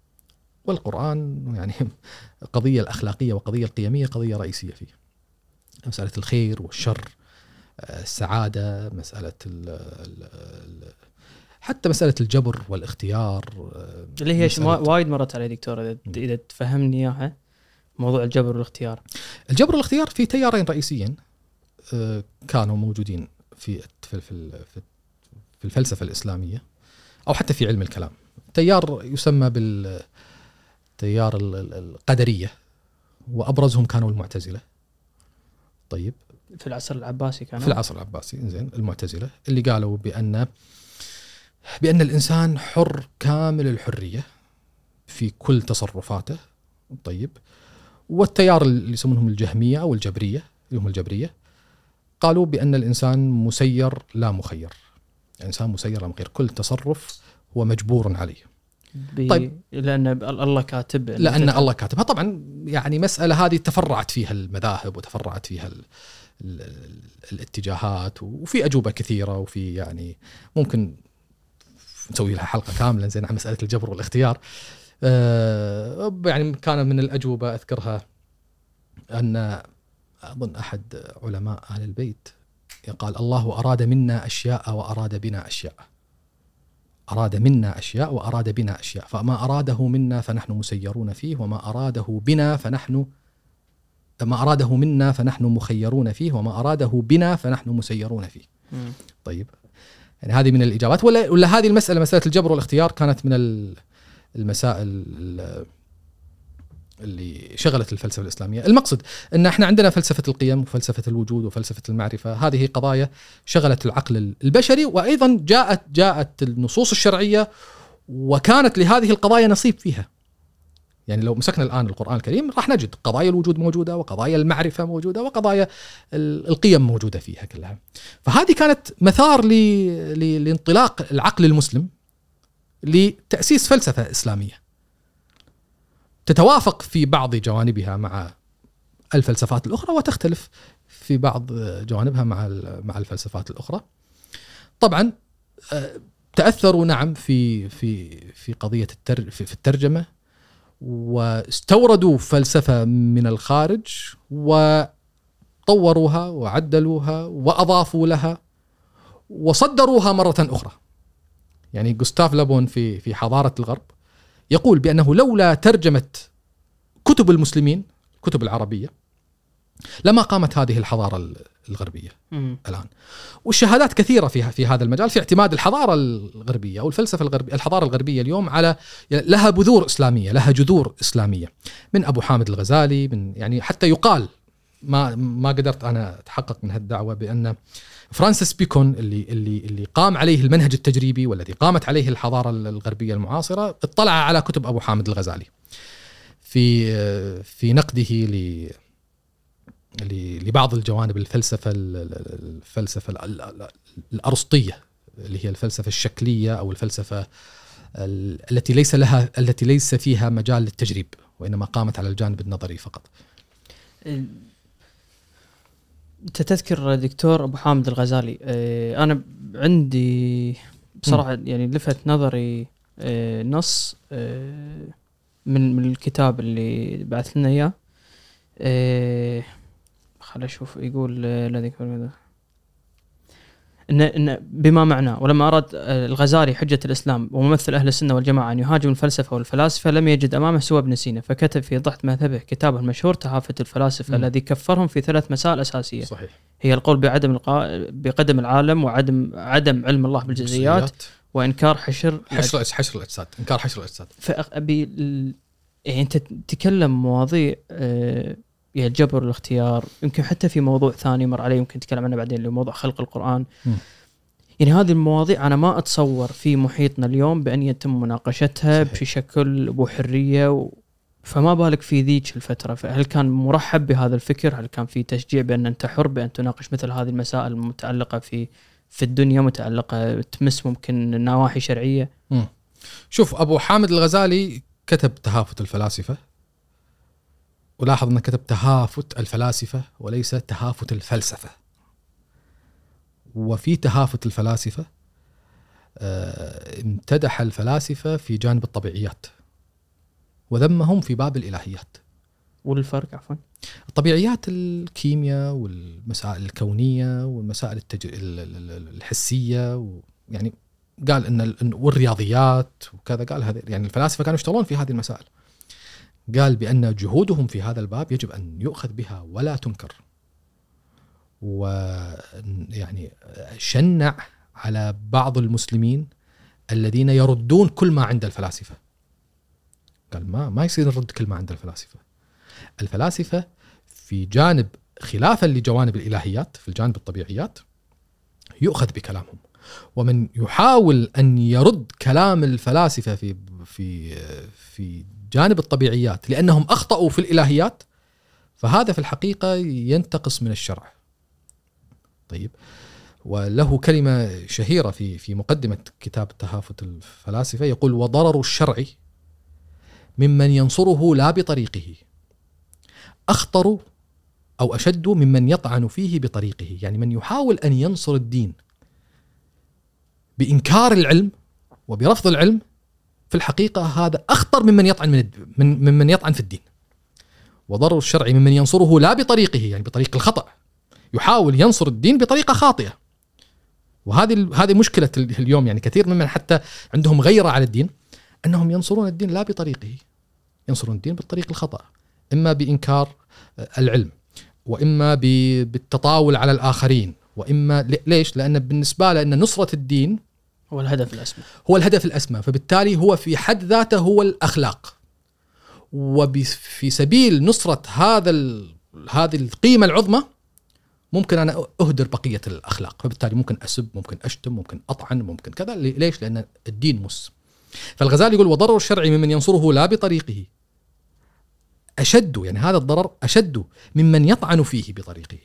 والقرآن يعني قضية الأخلاقية وقضية القيمية قضية رئيسية فيه. مسألة الخير والشر، السعادة، مسألة ال ال حتى مسألة الجبر والاختيار اللي هي وايد مرت علي دكتور، إذا تفهمني إياها، موضوع الجبر والاختيار. الجبر والاختيار في تيارين رئيسيين كانوا موجودين في في في الفلسفة الإسلامية أو حتى في علم الكلام. تيار يسمى بالتيار القدرية، وأبرزهم كانوا المعتزلة. طيب، في العصر العباسي كانوا في العصر العباسي إنزين المعتزلة اللي قالوا بأن بأن الإنسان حر كامل الحرية في كل تصرفاته. طيب، والتيار اللي يسمونهم الجهمية أو الجبرية اللي هم الجبرية قالوا بأن الإنسان مسير لا مخير. الإنسان مسير لا مخير، كل تصرف هو مجبور عليه. طيب، لأن الله كاتب، لأن الله كاتبها. طبعا يعني مسألة هذه تفرعت فيها المذاهب وتفرعت فيها ال ال ال الاتجاهات، وفي أجوبة كثيرة، وفي يعني ممكن نسوي لها حلقة كاملة زين عن مسألة الجبر والاختيار. آه يعني كان من الأجوبة أذكرها أن أظن أحد علماء أهل البيت قال: الله أراد منا أشياء وأراد بنا أشياء. أراد منا أشياء وأراد بنا أشياء، فما أراده منا فنحن مسيرون فيه، وما أراده بنا فنحن ما أراده منا فنحن مخيرون فيه، وما أراده بنا فنحن مسيرون فيه. م. طيب، يعني هذه من الإجابات. ولا, ولا هذه المسألة، مسألة الجبر والاختيار، كانت من المسائل اللي شغلت الفلسفة الإسلامية. المقصد أن احنا عندنا فلسفة القيم وفلسفة الوجود وفلسفة المعرفة، هذه قضايا شغلت العقل البشري، وأيضا جاءت جاءت النصوص الشرعية وكانت لهذه القضايا نصيب فيها. يعني لو مسكنا الآن القرآن الكريم راح نجد قضايا الوجود موجودة، وقضايا المعرفة موجودة، وقضايا القيم موجودة فيها كلها. فهذه كانت مثار لانطلاق العقل المسلم لتأسيس فلسفة إسلامية تتوافق في بعض جوانبها مع الفلسفات الأخرى، وتختلف في بعض جوانبها مع مع الفلسفات الأخرى. طبعا تأثروا نعم في في في قضية التر في الترجمة، واستوردوا فلسفة من الخارج وطوروها وعدلوها وأضافوا لها وصدروها مرة أخرى. يعني غوستاف لابون في في حضارة الغرب يقول بأنه لولا ترجمة كتب المسلمين، كتب العربية، لما قامت هذه الحضارة الغربية م. الآن. والشهادات كثيرة فيها في هذا المجال في اعتماد الحضارة الغربية أو الفلسفة الغربية، الحضارة الغربية اليوم على لها بذور إسلامية، لها جذور إسلامية، من أبو حامد الغزالي، من يعني حتى يقال ما ما قدرت أنا أتحقق من هالدعوة بأن فرانسيس بيكون اللي اللي اللي قام عليه المنهج التجريبي والذي قامت عليه الحضارة الغربية المعاصرة اطلع على كتب أبو حامد الغزالي في في نقده ل لبعض الجوانب الفلسفة الفلسفة الأرسطية اللي هي الفلسفة الشكلية أو الفلسفة التي ليس لها التي ليس فيها مجال للتجريب، وإنما قامت على الجانب النظري فقط. أنت تذكر دكتور أبو حامد الغزالي، أنا عندي بصراحة يعني لفت نظري نص من من الكتاب اللي بعث لنا إياه. خلينا نشوف. يقول الذي كان إن إن بما معناه: ولما أراد الغزالي حجة الإسلام وممثل أهل السنة والجماعة أن يهاجم الفلسفة والفلاسفة، لم يجد أمامه سوى ابن سينا، فكتب في ضحت مذهبه كتابه المشهور تهافت الفلاسفة، م. الذي كفرهم في ثلاث مسائل أساسية. صحيح. هي القول بعدم القا... بقدم العالم، وعدم عدم علم الله بالجزئيات، وإنكار حشر حشر حشر الأجساد إنكار حشر الأجساد. فأبي ال... يعني أنت تتكلم مواضيع أه... يعني الجبر والاختيار، يمكن حتى في موضوع ثاني مر عليه يمكن نتكلم عنه بعدين، اللي هو موضوع خلق القرآن. م. يعني هذه المواضيع أنا ما أتصور في محيطنا اليوم بأن يتم مناقشتها صحيح. بشكل أبو حرية و... فما بالك في ذيك الفترة. هل كان مرحب بهذا الفكر؟ هل كان في تشجيع بأن أنت حر بأن تناقش مثل هذه المسائل المتعلقة في في الدنيا، متعلقة تمس ممكن نواحي شرعية؟ م. شوف، أبو حامد الغزالي كتب تهافت الفلاسفة، ولاحظ أنه كتب تهافت الفلاسفة وليس تهافت الفلسفة. وفي تهافت الفلاسفة امتدح الفلاسفة في جانب الطبيعيات وذمهم في باب الإلهيات. والفرق عفوا الطبيعيات الكيمياء والمسائل الكونية والمسائل التج... الحسية، يعني قال إن والرياضيات وكذا، قال هذا يعني الفلاسفة كانوا يشتغلون في هذه المسائل. قال بأن جهودهم في هذا الباب يجب أن يؤخذ بها ولا تنكر، ويعني شنع على بعض المسلمين الذين يردون كل ما عند الفلاسفة. قال ما ما يصير نرد كل ما عند الفلاسفة. الفلاسفة في جانب خلافا لجوانب الإلهيات في الجانب الطبيعيات يؤخذ بكلامهم. ومن يحاول أن يرد كلام الفلاسفة في في في جانب الطبيعيات لأنهم أخطأوا في الإلهيات، فهذا في الحقيقة ينتقص من الشرع. طيب، وله كلمة شهيرة في في مقدمة كتاب تهافت الفلاسفة، يقول: وضرر الشرع ممن ينصره لا بطريقه أخطر أو أشد ممن يطعن فيه بطريقه. يعني من يحاول أن ينصر الدين بإنكار العلم وبرفض العلم في الحقيقة هذا أخطر ممن يطعن من من ممن يطعن في الدين. وضرر الشرع ممن ينصره لا بطريقه، يعني بطريق الخطأ، يحاول ينصر الدين بطريقة خاطئة. وهذه هذه مشكلة اليوم، يعني كثير ممن حتى عندهم غيرة على الدين أنهم ينصرون الدين لا بطريقه، ينصرون الدين بالطريق الخطأ، إما بإنكار العلم، وإما بالتطاول على الآخرين، وإما ليش؟ لأن بالنسبة له أن نصرة الدين هو الهدف الأسمى، هو الهدف الأسمى، فبالتالي هو في حد ذاته هو الأخلاق. وفي سبيل نصرة هذا هذه القيمة العظمى ممكن أنا أهدر بقية الأخلاق، فبالتالي ممكن أسب، ممكن أشتم، ممكن أطعن، ممكن كذا. ليش؟ لأن الدين مس. فالغزالي يقول: وضرر الشرع ممن ينصره لا بطريقه أشد، يعني هذا الضرر أشد ممن يطعن فيه بطريقه.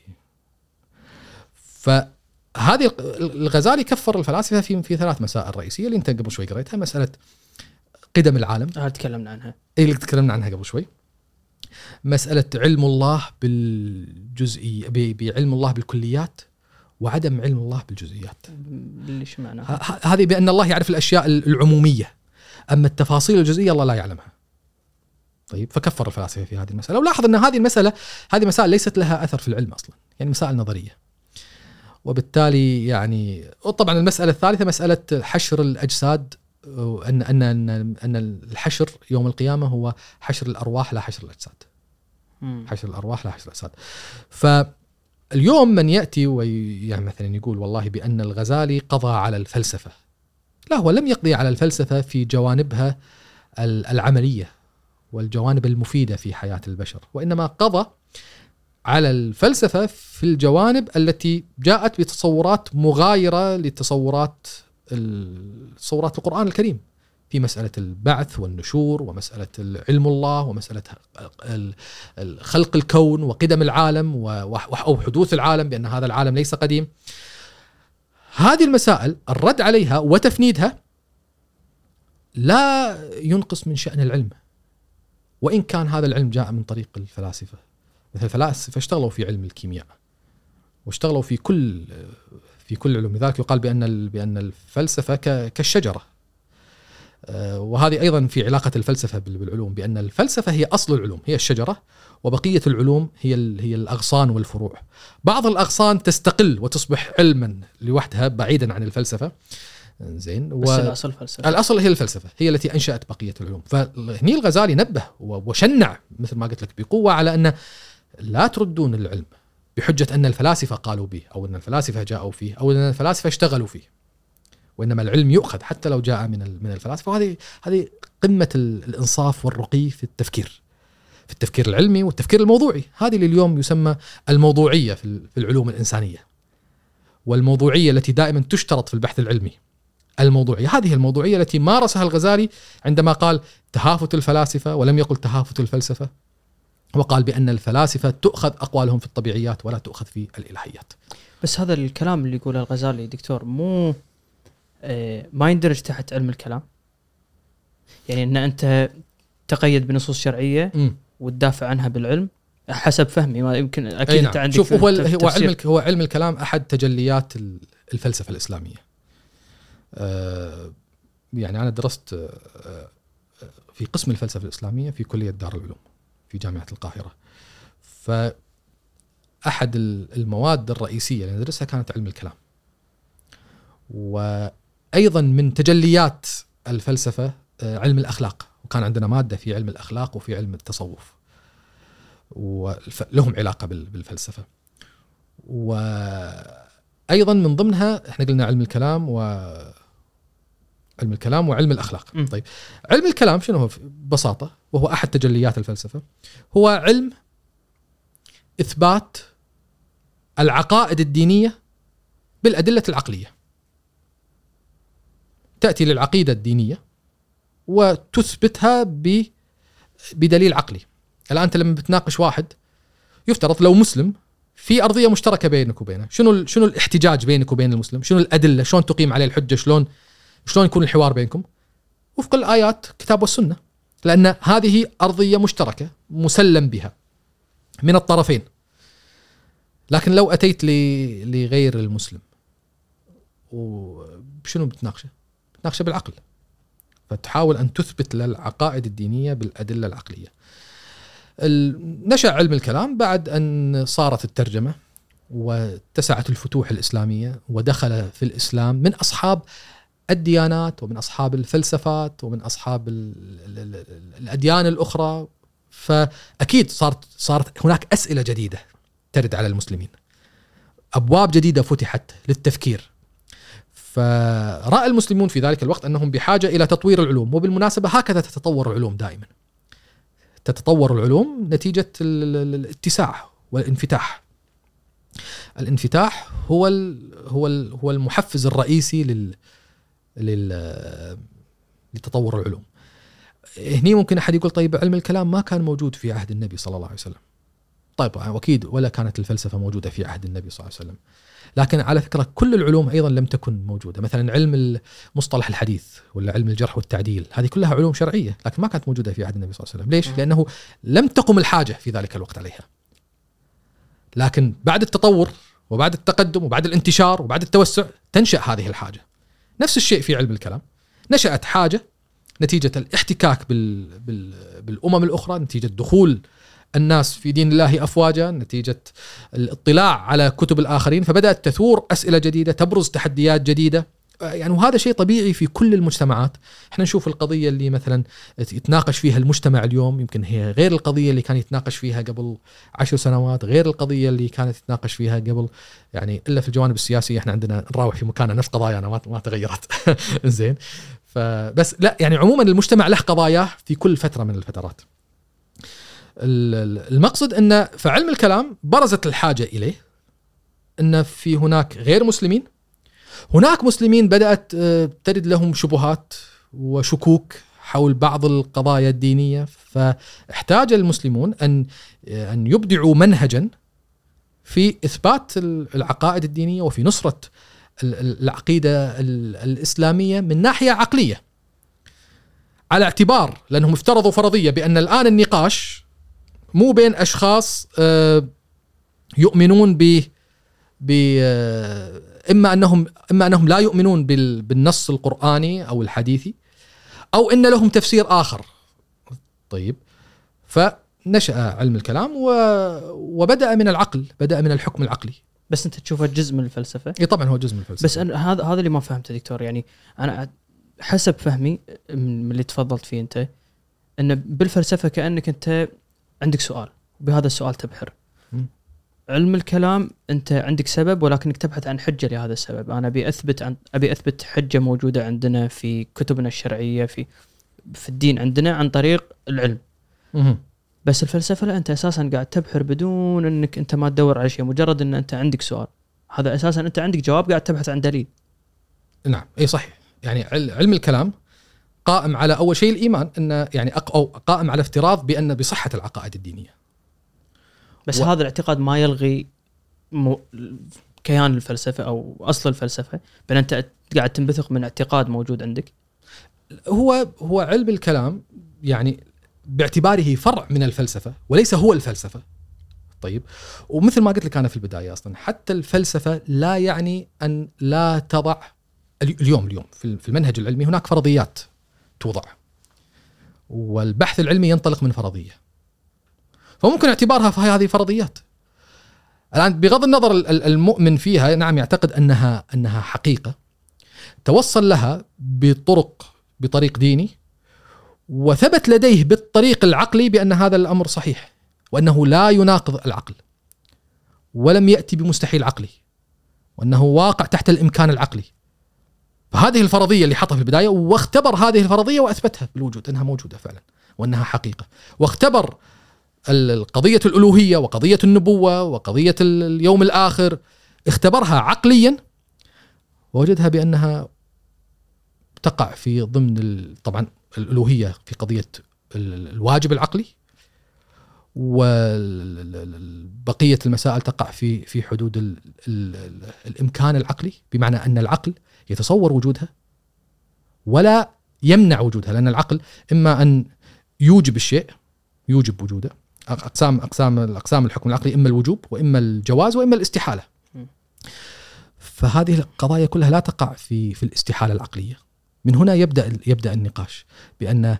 فهذه الغزالي كفر الفلاسفة في في ثلاث مسائل رئيسية اللي انت قبل شوي قريتها. مسألة قدم العالم، هذا تكلمنا عنها، اي اللي تكلمنا عنها قبل شوي. مسألة علم الله بالجزئي، بعلم الله بالكليات، وعدم علم الله بالجزئيات. ليش معناها؟ هذه بأن الله يعرف الأشياء العمومية، أما التفاصيل الجزئية الله لا يعلمها. طيب، فكفر الفلاسفة في هذه المسألة. ولاحظ أن هذه المسألة هذه مسائل ليست لها أثر في العلم أصلا، يعني مسائل نظرية. وبالتالي يعني طبعا المسألة الثالثة مسألة حشر الأجساد، أن أن أن أن الحشر يوم القيامة هو حشر الأرواح لا حشر الأجساد. حشر الأرواح لا حشر الأجساد. فاليوم من يأتي ويعني مثلا يقول والله بأن الغزالي قضى على الفلسفة، لا، هو لم يقضي على الفلسفة في جوانبها العملية والجوانب المفيدة في حياة البشر، وإنما قضى على الفلسفة في الجوانب التي جاءت بتصورات مغايرة لتصورات تصورات القرآن الكريم في مسألة البعث والنشور، ومسألة علم الله، ومسألة خلق الكون وقدم العالم أو حدوث العالم، بأن هذا العالم ليس قديم. هذه المسائل الرد عليها وتفنيدها لا ينقص من شأن العلم، وإن كان هذا العلم جاء من طريق الفلاسفة. مثل الفلاسفة اشتغلوا في علم الكيمياء، واشتغلوا في كل في كل علوم. لذلك يقال بأن بأن الفلسفة كالشجرة، وهذه أيضا في علاقة الفلسفة بالعلوم، بأن الفلسفة هي أصل العلوم، هي الشجرة، وبقية العلوم هي هي الأغصان والفروع. بعض الأغصان تستقل وتصبح علما لوحدها بعيدا عن الفلسفة، زين، و... الأصل فلسفة. الأصل هي الفلسفة، هي التي أنشأت بقية العلوم. فهني الغزالي نبه وشنع مثل ما قلت لك بقوة على أن لا تردون العلم بحجة أن الفلاسفة قالوا به، أو أن الفلاسفة جاءوا فيه، أو أن الفلاسفة اشتغلوا فيه، وإنما العلم يؤخذ حتى لو جاء من من الفلاسفة. وهذه هذه قمة الإنصاف والرقي في التفكير، في التفكير العلمي والتفكير الموضوعي. هذه اللي اليوم يسمى الموضوعية في العلوم الإنسانية، والموضوعية التي دائما تشترط في البحث العلمي. الموضوعية هذه الموضوعية التي مارسها الغزالي عندما قال تهافت الفلاسفة، ولم يقل تهافت الفلسفة، وقال بأن الفلاسفة تؤخذ أقوالهم في الطبيعيات ولا تؤخذ في الإلهيات. بس هذا الكلام اللي يقوله الغزالي دكتور مو آه ما يندرج تحت علم الكلام، يعني أن أنت تقيد بنصوص شرعية م. وتدافع عنها بالعلم حسب فهمي. ما يمكن أكيد أنت عندك. شوف، هو هو علم هو علم الكلام أحد تجليات الفلسفة الإسلامية. آه يعني أنا درست آه في قسم الفلسفة الإسلامية في كلية دار العلوم في جامعة القاهرة. فأحد المواد الرئيسية اللي ندرسها كانت علم الكلام. وأيضا من تجليات الفلسفة علم الأخلاق، وكان عندنا مادة في علم الأخلاق وفي علم التصوف، ولهم علاقة بالفلسفة. وأيضا من ضمنها احنا قلنا علم الكلام و علم الكلام وعلم الأخلاق. م. طيب، علم الكلام شنو هو ببساطة؟ وهو أحد تجليات الفلسفة، هو علم إثبات العقائد الدينية بالأدلة العقلية. تأتي للعقيدة الدينية وتثبتها بدليل عقلي. الآن أنت لما بتناقش واحد يفترض لو مسلم في أرضية مشتركة بينك وبينه، شنو شنو الاحتجاج بينك وبين المسلم؟ شنو الأدلة؟ شلون تقيم عليه الحجة؟ شلون شلون يكون الحوار بينكم؟ وفق الآيات كتاب والسنة، لأن هذه أرضية مشتركة مسلم بها من الطرفين. لكن لو أتيت لغير المسلم وشنو بتناقشه؟ بتناقشه بالعقل، فتحاول أن تثبت للعقائد الدينية بالأدلة العقلية. نشأ علم الكلام بعد أن صارت الترجمة واتسعت الفتوح الإسلامية ودخل في الإسلام من أصحاب الديانات ومن أصحاب الفلسفات ومن أصحاب الأديان الأخرى. فأكيد صارت صارت هناك أسئلة جديدة ترد على المسلمين، أبواب جديدة فتحت للتفكير. فرأى المسلمون في ذلك الوقت أنهم بحاجة إلى تطوير العلوم، وبالمناسبة هكذا تتطور العلوم دائما، تتطور العلوم نتيجة الاتساع والانفتاح. الانفتاح هو هو هو المحفز الرئيسي لل لل لتطور العلوم. هني ممكن أحد يقول طيب علم الكلام ما كان موجود في عهد النبي صلى الله عليه وسلم. طيب أكيد ولا كانت الفلسفة موجودة في عهد النبي صلى الله عليه وسلم، لكن على فكرة كل العلوم أيضا لم تكن موجودة. مثلا علم المصطلح الحديث ولا علم الجرح والتعديل، هذه كلها علوم شرعية لكن ما كانت موجودة في عهد النبي صلى الله عليه وسلم. ليش؟ لأنه لم تقم الحاجة في ذلك الوقت عليها. لكن بعد التطور وبعد التقدم وبعد الانتشار وبعد التوسع تنشأ هذه الحاجة. نفس الشيء في علم الكلام، نشأت حاجة نتيجة الاحتكاك بال... بال... بالأمم الأخرى، نتيجة دخول الناس في دين الله أفواجا، نتيجة الاطلاع على كتب الآخرين، فبدأت تثور أسئلة جديدة، تبرز تحديات جديدة. يعني وهذا شيء طبيعي في كل المجتمعات. احنا نشوف القضية اللي مثلا يتناقش فيها المجتمع اليوم يمكن هي غير القضية اللي كان يتناقش فيها قبل عشر سنوات، غير القضية اللي كانت يتناقش فيها قبل، يعني إلا في الجوانب السياسية احنا عندنا نراوح في مكاننا نفس قضايانا ما ما تغيرت. زين. فبس لا يعني عموما المجتمع له قضاياه في كل فترة من الفترات. المقصد أن في علم الكلام برزت الحاجة إليه، أن في هناك غير مسلمين، هناك مسلمين بدأت ترد لهم شبهات وشكوك حول بعض القضايا الدينية، فاحتاج المسلمون أن أن يبدعوا منهجا في إثبات العقائد الدينية وفي نصرة العقيدة الإسلامية من ناحية عقلية، على اعتبار لأنهم افترضوا فرضية بأن الآن النقاش مو بين أشخاص يؤمنون ب ب إما أنهم إما أنهم لا يؤمنون بالنص القرآني أو الحديثي، أو إن لهم تفسير آخر. طيب، فنشأ علم الكلام وبدأ من العقل، بدأ من الحكم العقلي. بس أنت تشوفه جزء من الفلسفة؟ إيه طبعا هو جزء من الفلسفة. بس هذا هذا اللي ما فهمته دكتور. يعني أنا حسب فهمي من اللي تفضلت فيه أنت، أن بالفلسفة كأنك أنت عندك سؤال وبهذا السؤال تبحر. م. علم الكلام أنت عندك سبب ولكنك تبحث عن حجة لهذا السبب. أنا أبي أثبت عن أبي أثبت حجة موجودة عندنا في كتبنا الشرعية في في الدين عندنا عن طريق العلم. م. بس الفلسفة لا، أنت أساساً قاعد تبحر بدون أنك أنت ما تدور على شيء، مجرد أن أنت عندك سؤال، هذا أساساً أنت عندك جواب قاعد تبحث عن دليل. نعم، أي صحيح. يعني علم الكلام قائم على أول شيء الإيمان، إنه يعني أو قائم على افتراض بأن بصحة العقائد الدينية. بس و... هذا الاعتقاد ما يلغي م... كيان الفلسفة أو أصل الفلسفة، بأن أنت قاعد تنبثق من اعتقاد موجود عندك. هو هو علم الكلام يعني باعتباره فرع من الفلسفة وليس هو الفلسفة. طيب، ومثل ما قلت لك أنا في البداية أصلا حتى الفلسفة لا يعني أن لا تضع اليوم اليوم في المنهج العلمي هناك فرضيات توضع، والبحث العلمي ينطلق من فرضية، فممكن اعتبارها في هذه فرضيات. الآن بغض النظر المؤمن فيها نعم يعتقد أنها أنها حقيقة توصل لها بطرق بطريق ديني، وثبت لديه بالطريق العقلي بأن هذا الأمر صحيح وأنه لا يناقض العقل ولم يأتي بمستحيل عقلي وأنه واقع تحت الإمكان العقلي. فهذه الفرضية اللي حطها في البداية، واختبر هذه الفرضية وأثبتها بالوجود أنها موجودة فعلا وأنها حقيقة، واختبر قضية الألوهية وقضية النبوة وقضية اليوم الآخر اختبرها عقليا ووجدها بأنها تقع في ضمن طبعا الألوهية في قضية الواجب العقلي، وبقية المسائل تقع في في حدود ال ال الإمكان العقلي، بمعنى أن العقل يتصور وجودها ولا يمنع وجودها، لأن العقل إما أن يوجب الشيء، يوجب وجوده. أقسام أقسام الأقسام الحكم العقلي إما الوجوب وإما الجواز وإما الاستحالة. فهذه القضايا كلها لا تقع في في الاستحالة العقلية. من هنا يبدأ يبدأ النقاش بأن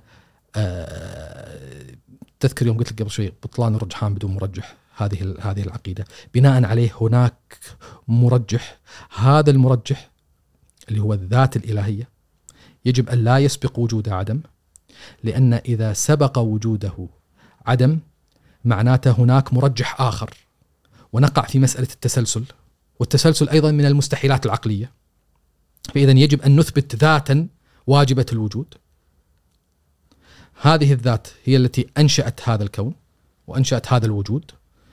تذكر يوم قلت لك قبل شوي بطلان الرجحان بدون مرجح، هذه هذه العقيدة بناء عليه هناك مرجح، هذا المرجح اللي هو الذات الإلهية يجب أن لا يسبق وجود عدم، لأن إذا سبق وجوده عدم معناته هناك مرجح آخر، ونقع في مسألة التسلسل، والتسلسل أيضا من المستحيلات العقلية. فإذا يجب أن نثبت ذاتا واجبة الوجود، هذه الذات هي التي أنشأت هذا الكون وأنشأت هذا الوجود،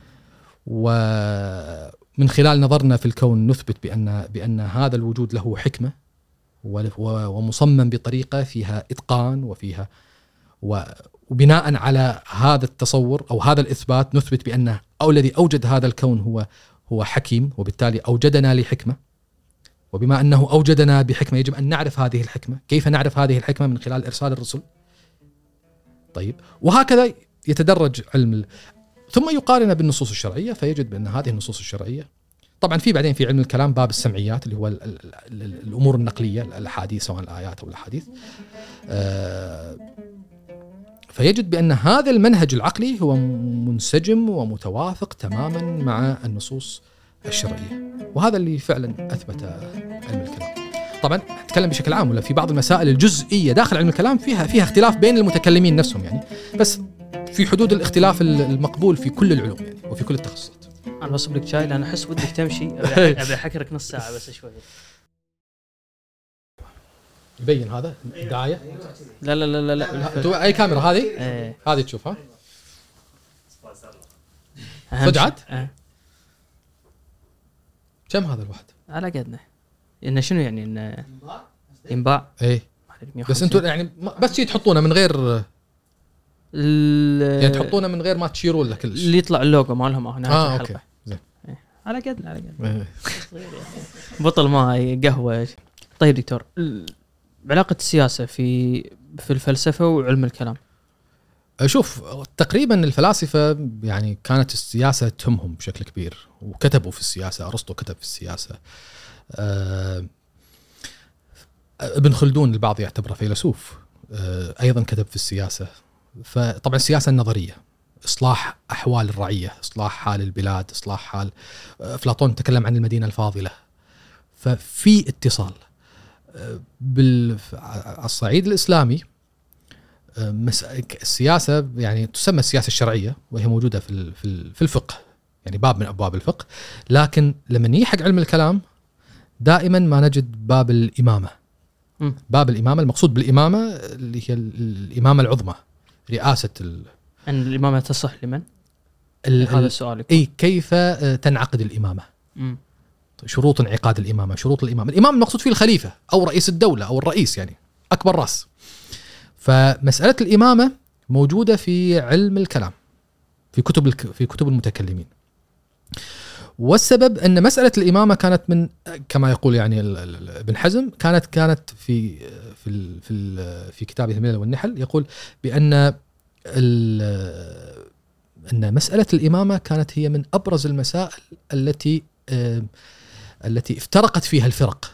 ومن خلال نظرنا في الكون نثبت بأن بأن هذا الوجود له حكمة ومصمم بطريقة فيها إتقان وفيها، وبناء على هذا التصور أو هذا الإثبات نثبت بأنه أو الذي أوجد هذا الكون هو هو حكيم، وبالتالي أوجدنا لحكمة، وبما أنه أوجدنا بحكمة يجب أن نعرف هذه الحكمة. كيف نعرف هذه الحكمة؟ من خلال إرسال الرسل. طيب، وهكذا يتدرج علم ال... ثم يقارن بالنصوص الشرعية فيجد بأن هذه النصوص الشرعية، طبعا في بعدين في علم الكلام باب السمعيات اللي هو ال ال ال الأمور النقلية، الأحاديث سواء الآيات أو الأحاديث، آه فيجد بأن هذا المنهج العقلي هو منسجم ومتوافق تماما مع النصوص الشرعية، وهذا اللي فعلا أثبت علم الكلام. طبعا نتكلم بشكل عام، ولا في بعض المسائل الجزئية داخل علم الكلام فيها فيها اختلاف بين المتكلمين نفسهم يعني، بس في حدود الاختلاف المقبول في كل العلوم يعني وفي كل التخصصات. أنا بصب لك شاي لأن أحس ودك تمشي، أبي أحكرك نص ساعة بس شوي. يبين هذا الدعاية؟ لا لا لا لا لا. أي كاميرا هذه؟ ايه. هذه تشوفها؟ صدعت؟ اه. كم هذا الواحد؟ على قدنا. إنه شنو يعني إنه ينباع؟ إيه. بس أنتوا يعني بس شيء تحطونه من غير يعني تحطونه من غير ما تشيرون لك كلش. اللي يطلع اللوجو مالهم هنا آه الحلقة. أوكي. زين. إيه. على قدنا على قدنا. بطل ماء قهوة. طيب دكتور، علاقة السياسة في في الفلسفة وعلم الكلام. شوف، تقريبا الفلاسفة يعني كانت السياسة تهمهم بشكل كبير، وكتبوا في السياسة. أرسطو كتب في السياسة، آه ابن خلدون البعض يعتبره فيلسوف، آه أيضا كتب في السياسة. فطبعا السياسة النظرية، إصلاح أحوال الرعية، إصلاح حال البلاد، إصلاح حال، أفلاطون تكلم عن المدينة الفاضلة. ففي اتصال بالصعيد الإسلامي. السياسة يعني تسمى السياسة الشرعية، وهي موجودة في في الفقه، يعني باب من أبواب الفقه. لكن لما نيجي حق علم الكلام دائما ما نجد باب الإمامة. م. باب الإمامة، المقصود بالإمامة اللي هي الإمامة العظمى، رئاسة ال... أن الإمامة تصح لمن؟ ال... هذا السؤال. أي كيف تنعقد الإمامة؟ م. شروط انعقاد الإمامة، شروط الإمامة. الإمام المقصود فيه الخليفة أو رئيس الدولة أو الرئيس، يعني أكبر رأس. فمسألة الإمامة موجودة في علم الكلام في كتب الك... في كتب المتكلمين. والسبب أن مسألة الإمامة كانت من كما يقول يعني ابن حزم كانت كانت في في ال... في ال... في كتابه الملل والنحل، يقول بأن ال... أن مسألة الإمامة كانت هي من أبرز المسائل التي آه... التي افترقت فيها الفرق.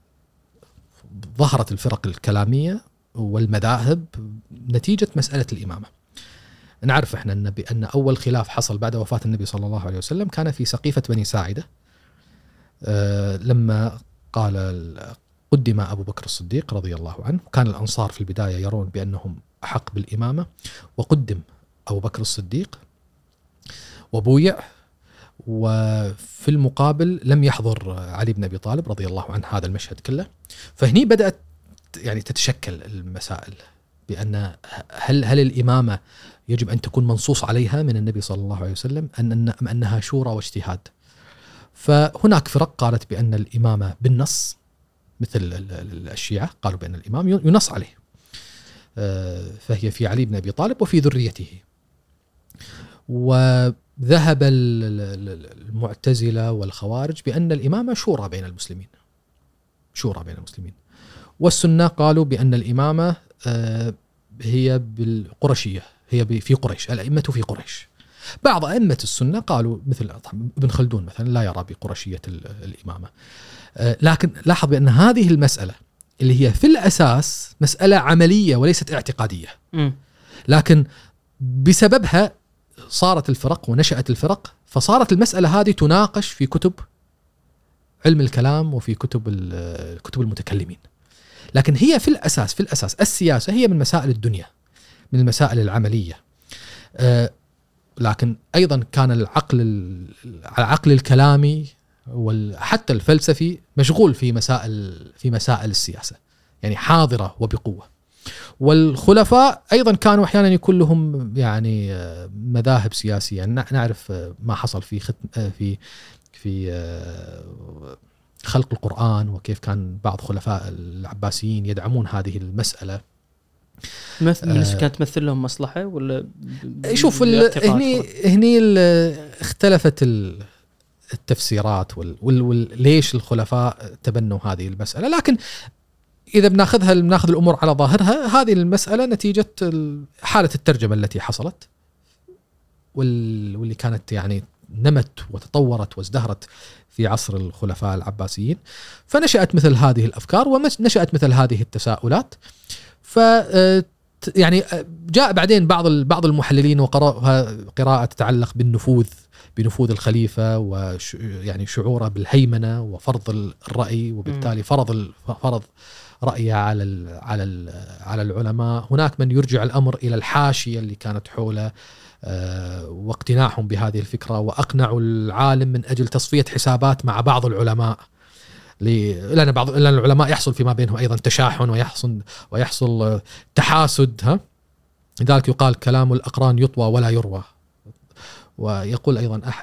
ظهرت الفرق الكلامية والمذاهب نتيجة مسألة الإمامة. نعرف احنا أن بأن أول خلاف حصل بعد وفاة النبي صلى الله عليه وسلم كان في سقيفة بني ساعدة، أه لما قال قدم أبو بكر الصديق رضي الله عنه. كان الأنصار في البداية يرون بأنهم أحق بالإمامة، وقدم أبو بكر الصديق وبويع، وفي المقابل لم يحضر علي بن أبي طالب رضي الله عنه هذا المشهد كله. فهني بدأت يعني تتشكل المسائل بأن هل هل الإمامة يجب أن تكون منصوص عليها من النبي صلى الله عليه وسلم أن أم أنها شورى واجتهاد. فهناك فرق قالت بأن الإمامة بالنص، مثل الشيعة قالوا بأن الإمام ينص عليه، فهي في علي بن أبي طالب وفي ذريته. وذهب المعتزلة والخوارج بأن الإمامة شورى بين المسلمين، شورى بين المسلمين. والسنة قالوا بأن الإمامة هي بالقرشية، هي في قريش، الأئمة في قريش. بعض أئمة السنة قالوا مثل ابن خلدون مثلا لا يرى بقرشية الإمامة. لكن لاحظ بأن هذه المسألة اللي هي في الأساس مسألة عملية وليست اعتقادية، لكن بسببها صارت الفرق ونشأت الفرق، فصارت المسألة هذه تناقش في كتب علم الكلام وفي كتب كتب المتكلمين. لكن هي في الأساس في الأساس السياسة هي من مسائل الدنيا، من المسائل العملية. لكن أيضا كان العقل العقل الكلامي وحتى الفلسفي مشغول في مسائل في مسائل السياسة، يعني حاضرة وبقوة. والخلفاء أيضا كانوا أحيانا يكون لهم يعني مذاهب سياسية. نعرف ما حصل في ختم في في خلق القرآن، وكيف كان بعض خلفاء العباسيين يدعمون هذه المسألة. مثل كانت تمثل لهم مصلحة ولا؟ شوف هني هني اختلفت التفسيرات وليش الخلفاء تبنوا هذه المسألة. لكن إذا بناخذها بناخذ الأمور على ظاهرها، هذه المسألة نتيجة حالة الترجمة التي حصلت واللي كانت يعني نمت وتطورت وازدهرت في عصر الخلفاء العباسيين، فنشأت مثل هذه الأفكار ونشأت مثل هذه التساؤلات. ف يعني جاء بعدين بعض بعض المحللين وقرأها قراءة تتعلق بالنفوذ بنفوذ الخليفة وش يعني شعوره بالهيمنة وفرض الرأي، وبالتالي فرض فرض رأيه على ال على ال على العلماء. هناك من يرجع الأمر إلى الحاشية اللي كانت حوله واقتناعهم بهذه الفكرة، وأقنعوا العالم من أجل تصفية حسابات مع بعض العلماء، لأن بعض لأن العلماء يحصل فيما بينهم أيضا تشاحن ويحصل ويحصل تحاسد. ها لذلك يقال كلام الأقران يطوى ولا يروى. ويقول أيضا أحد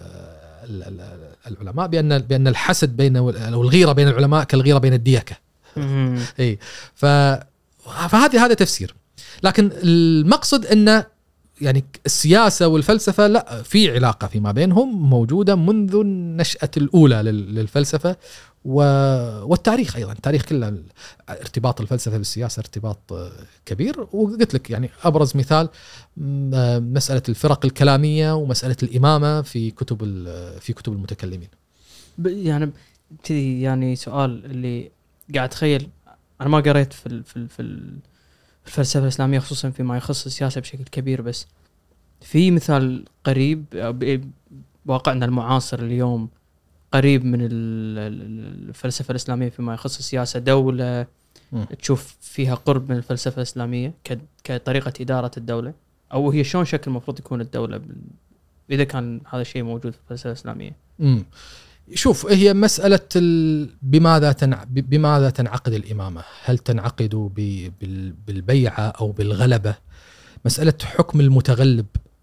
العلماء بأن بأن الحسد بين أو الغيرة بين العلماء كالغيرة بين الديكة. إيه ف فهذه هذا تفسير. لكن المقصد أن يعني السياسة والفلسفة لا، في علاقة فيما بينهم موجودة منذ النشأة الأولى للفلسفة والتاريخ. أيضا التاريخ كله ارتباط الفلسفة بالسياسة ارتباط كبير. وقلت لك يعني أبرز مثال مسألة الفرق الكلامية ومسألة الإمامة في كتب في كتب المتكلمين. يعني يعني سؤال اللي قاعد أتخيل، أنا ما قريت في في في الفلسفة الإسلامية خصوصا فيما يخص السياسة بشكل كبير، بس في مثال قريب بواقعنا المعاصر اليوم قريب من الفلسفة الإسلامية فيما يخص السياسة، دولة م. تشوف فيها قرب من الفلسفة الإسلامية كطريقة إدارة الدولة، أو هي شلون شكل المفروض يكون الدولة إذا كان هذا الشيء موجود في الفلسفة الإسلامية؟ م. شوف، هي مسألة بماذا تنع... بماذا تنعقد الإمامة؟ هل تنعقد ب... بالبيعة أو بالغلبة؟ مسألة حكم المتغلب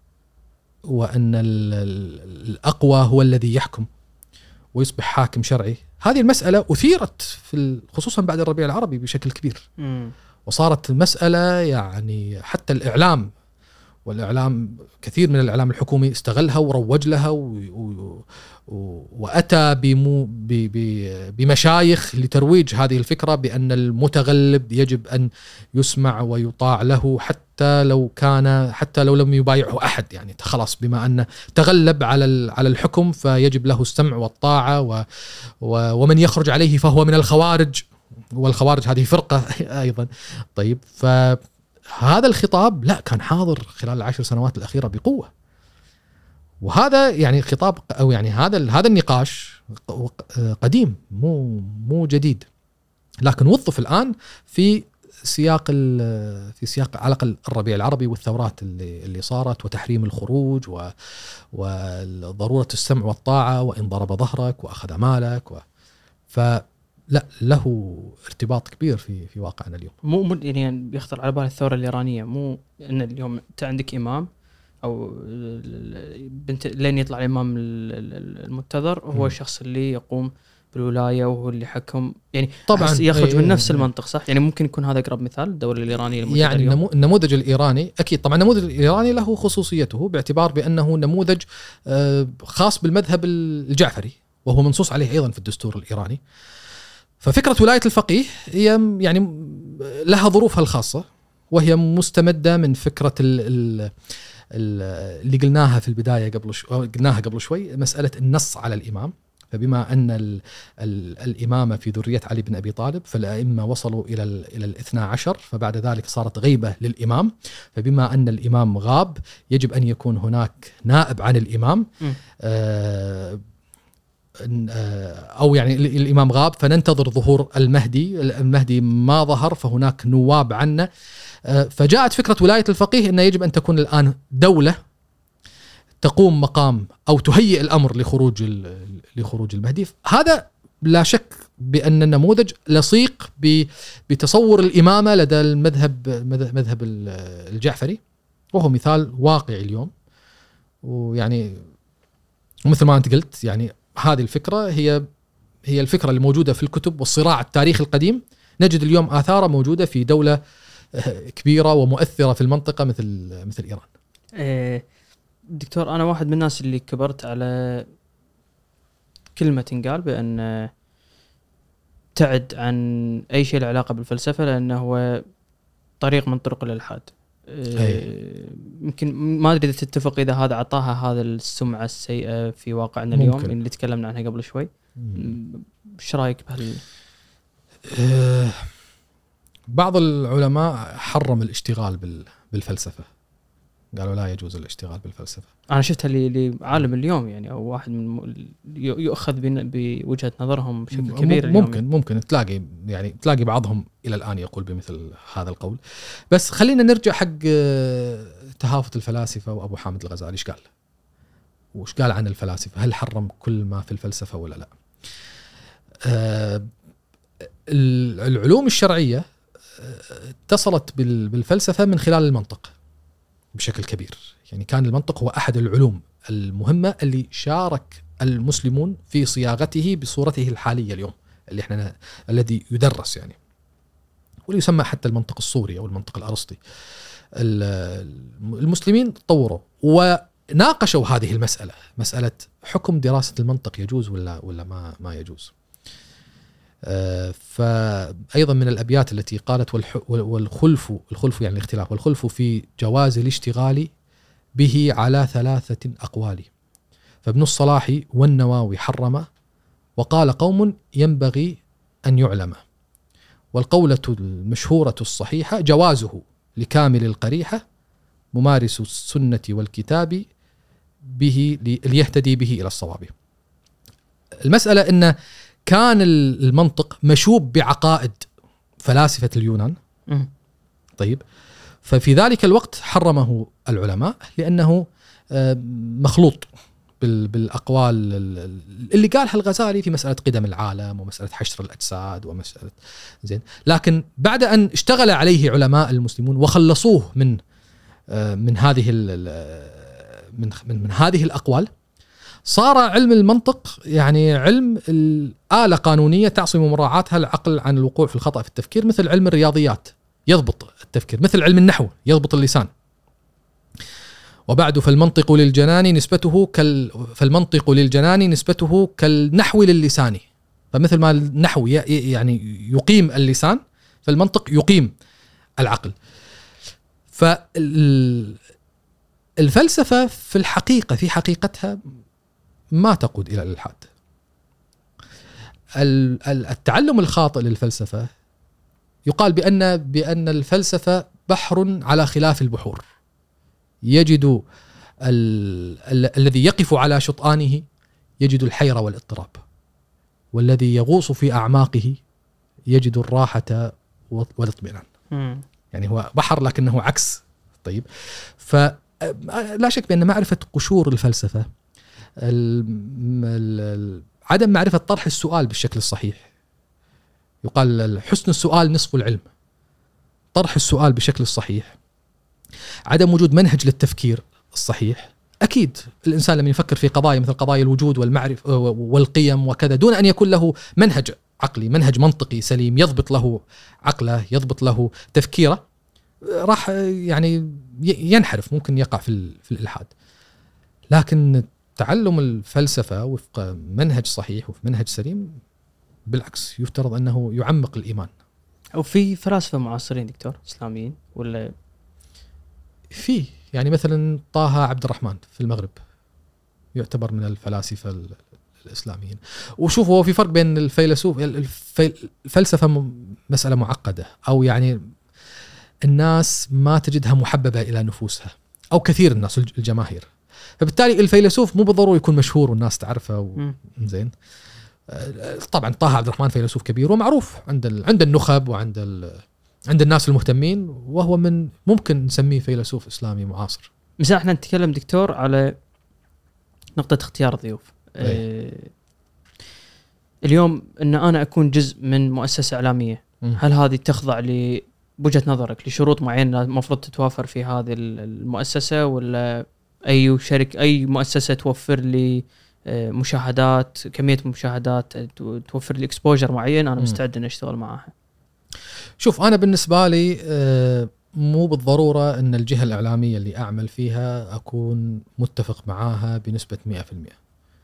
وأن الأقوى هو الذي يحكم ويصبح حاكم شرعي. هذه المسألة أثيرت في خصوصا بعد الربيع العربي بشكل كبير، م. وصارت المسألة يعني حتى الإعلام والإعلام كثير من الإعلام الحكومي استغلها وروج لها و... و... وأتى بمو ب... ب... بمشايخ لترويج هذه الفكرة بأن المتغلب يجب أن يسمع ويطاع له حتى لو كان حتى لو لم يبايعه أحد. يعني خلاص بما أنه تغلب على ال... على الحكم فيجب له السمع والطاعة و... و... ومن يخرج عليه فهو من الخوارج، والخوارج هذه فرقة أيضا. طيب، فهذا الخطاب لا كان حاضر خلال العشر سنوات الأخيرة بقوة، وهذا يعني خطاب أو يعني هذا هذا النقاش قديم مو مو جديد، لكن وظف الآن في سياق في سياق على الأقل الربيع العربي والثورات اللي اللي صارت وتحريم الخروج و وضرورة السمع والطاعة وإن ضرب ظهرك وأخذ مالك و ف لا له ارتباط كبير في في واقعنا اليوم. مو مو يعني بيخطر على بال الثورة الإيرانية، مو إن اليوم أنت عندك إمام أو بنت لين يطلع الإمام المنتظر هو م. الشخص اللي يقوم بالولاية وهو اللي حكم، يعني طبعا يخرج ايه من نفس ايه المنطق صح؟ يعني ممكن يكون هذا أقرب مثال الدولة الإيرانية يعني اليوم. النموذج الإيراني أكيد طبعا النموذج الإيراني له خصوصيته باعتبار بأنه نموذج خاص بالمذهب الجعفري وهو منصوص عليه أيضا في الدستور الإيراني. ففكرة ولاية الفقيه هي يعني لها ظروفها الخاصة، وهي مستمدة من فكرة ال ال اللي قلناها في البداية قبل شوي قلناها قبل شوي مسألة النص على الإمام. فبما أن ال ال الإمامة في ذرية علي بن أبي طالب فالأئمة وصلوا إلى إلى الاثنى عشر، فبعد ذلك صارت غيبة للإمام. فبما أن الإمام غاب يجب أن يكون هناك نائب عن الإمام، آه أو يعني الإمام غاب فننتظر ظهور المهدي. المهدي ما ظهر فهناك نواب عنه. فجاءت فكرة ولاية الفقيه أن يجب أن تكون الآن دولة تقوم مقام أو تهيئ الأمر لخروج لخروج المهدي. هذا لا شك بأن النموذج لصيق بتصور الإمامة لدى المذهب مذهب الجعفري، وهو مثال واقعي اليوم. ويعني ومثل ما أنت قلت يعني هذه الفكرة هي هي الفكرة اللي موجودة في الكتب والصراع التاريخي القديم، نجد اليوم آثارها موجودة في دولة كبيرة ومؤثرة في المنطقة مثل مثل إيران. إيه دكتور، أنا واحد من الناس اللي كبرت على كلمة تنقال بأن تعد عن أي شيء له علاقة بالفلسفة لأنه هو طريق من طرق الإلحاد. يمكن ما أدري إذا تتفق إذا هذا عطاها هذا السمعة السيئة في واقعنا اليوم ممكن. اللي تكلمنا عنها قبل شوي. إيش رأيك بهال؟ أه بعض العلماء حرم الاشتغال بالفلسفة، قالوا لا يجوز الاشتغال بالفلسفة. أنا شفتها اللي عالم اليوم يعني أو واحد من يؤخذ بوجهة نظرهم بشكل كبير اليوم. ممكن ممكن تلاقي يعني تلاقي بعضهم إلى الآن يقول بمثل هذا القول. بس خلينا نرجع حق تهافت الفلاسفة وأبو حامد الغزالي. إيش قال؟ وإيش قال عن الفلاسفة؟ هل حرم كل ما في الفلسفة ولا لا؟ آه العلوم الشرعية اتصلت بالفلسفة من خلال المنطق بشكل كبير. يعني كان المنطق هو أحد العلوم المهمة اللي شارك المسلمون في صياغته بصورته الحالية اليوم اللي احنا الذي يدرس يعني، واللي يسمى حتى المنطق الصوري أو المنطق الأرسطي. المسلمين تطوروا وناقشوا هذه المسألة، مسألة حكم دراسة المنطق يجوز ولا ولا ما ما يجوز. فأيضا من الأبيات التي قالت والخلف الخلف يعني الاختلاف والخلف في جواز الاشتغال به على ثلاثة أقوال، فابن الصلاح والنواوي حرم وقال قوم ينبغي أن يعلم، والقولة المشهورة الصحيحة جوازه لكامل القريحة ممارس السنة والكتاب به ليهتدي به إلى الصواب. المسألة أن كان المنطق مشوب بعقائد فلاسفة اليونان. طيب، ففي ذلك الوقت حرمه العلماء لأنه مخلوط بالأقوال اللي قالها الغزالي في مسألة قدم العالم ومسألة حشر الأجساد ومسألة زين. لكن بعد أن اشتغل عليه علماء المسلمون وخلصوه من من هذه من من هذه الأقوال، صار علم المنطق يعني علم الآلة قانونية تعصم مراعاتها العقل عن الوقوع في الخطأ في التفكير، مثل علم الرياضيات يضبط التفكير، مثل علم النحو يضبط اللسان. وبعد فالمنطق للجنان نسبته كال فالمنطق للجنان نسبته كالنحو للسان، فمثل ما النحو يعني يقيم اللسان فالمنطق يقيم العقل. فالفلسفة في الحقيقة في حقيقتها ما تقود إلى الإلحاد. التعلم الخاطئ للفلسفة يقال بأن بأن الفلسفة بحر على خلاف البحور، يجد ال... ال... الذي يقف على شطآنه يجد الحيرة والاضطراب، والذي يغوص في أعماقه يجد الراحة والاطمئنان. يعني هو بحر لكنه عكس. طيب، فلا شك بأن معرفة قشور الفلسفة، ال... ال... عدم معرفة طرح السؤال بالشكل الصحيح، يقال حسن السؤال نصف العلم. طرح السؤال بشكل الصحيح، عدم وجود منهج للتفكير الصحيح. أكيد الإنسان لما يفكر في قضايا مثل قضايا الوجود والمعرفة والقيم وكذا دون أن يكون له منهج عقلي، منهج منطقي سليم يضبط له عقله، يضبط له تفكيره، راح يعني ينحرف، ممكن يقع في في الإلحاد. لكن تعلم الفلسفة وفق منهج صحيح وفي منهج سليم بالعكس يفترض أنه يعمق الإيمان. أو في فلاسفة معاصرين دكتور إسلاميين ولا؟ في يعني مثلا طه عبد الرحمن في المغرب يعتبر من الفلاسفة الإسلاميين. وشوفوا في فرق بين الفيلسوف، الفلسفة مسألة معقدة، أو يعني الناس ما تجدها محببة إلى نفوسها، أو كثير الناس الجماهير. فبالتالي الفيلسوف مو بالضروري يكون مشهور والناس تعرفه زين. طبعا طه عبد الرحمن فيلسوف كبير ومعروف عند عند النخب وعند عند الناس المهتمين، وهو من ممكن نسميه فيلسوف إسلامي معاصر. بس احنا نتكلم دكتور على نقطة اختيار الضيوف. اه اليوم ان انا اكون جزء من مؤسسة إعلامية، م. هل هذه تخضع بوجهة نظرك لشروط معينة المفروض تتوافر في هذه المؤسسة، ولا اي شركة اي مؤسسة توفر لي مشاهدات، كمية مشاهدات، توفر لي اكسبوجر معين انا مستعد ان اشتغل معها؟ شوف أنا بالنسبة لي مو بالضرورة أن الجهة الإعلامية اللي أعمل فيها أكون متفق معاها بنسبة مئة في المئة.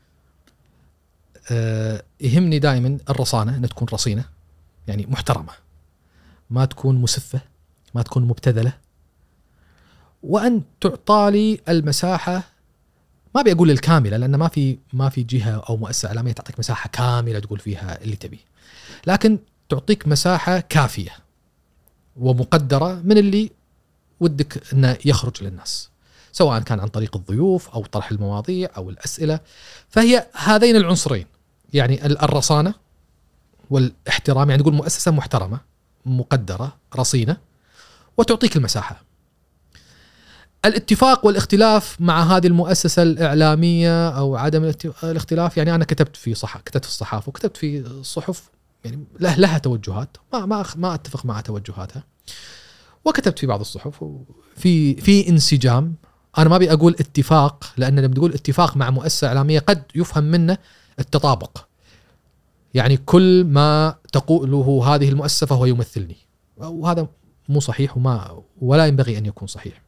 يهمني دائما الرصانة، أن تكون رصينة يعني محترمة، ما تكون مسفة، ما تكون مبتذلة، وأن تعطالي المساحة، ما بيقول الكاملة لأن ما في ما في جهة أو مؤسسة إعلامية تعطيك مساحة كاملة تقول فيها اللي تبيه، لكن تعطيك مساحة كافية ومقدرة من اللي ودك أنه يخرج للناس، سواء كان عن طريق الضيوف أو طرح المواضيع أو الأسئلة. فهي هذين العنصرين، يعني الرصانة والاحترام، يعني نقول مؤسسة محترمة مقدرة رصينة وتعطيك المساحة. الاتفاق والاختلاف مع هذه المؤسسة الإعلامية أو عدم الاختلاف، يعني أنا كتبت في صح كتبت في الصحافة وكتبت في الصحف، يعني له لها توجهات ما ما ما اتفق مع توجهاتها، وكتبت في بعض الصحف في في انسجام. انا ما ابي اقول اتفاق، لان لما تقول اتفاق مع مؤسسه اعلاميه قد يفهم منه التطابق، يعني كل ما تقوله هذه المؤسسه فهو يمثلني، وهذا مو صحيح وما ولا ينبغي ان يكون صحيح.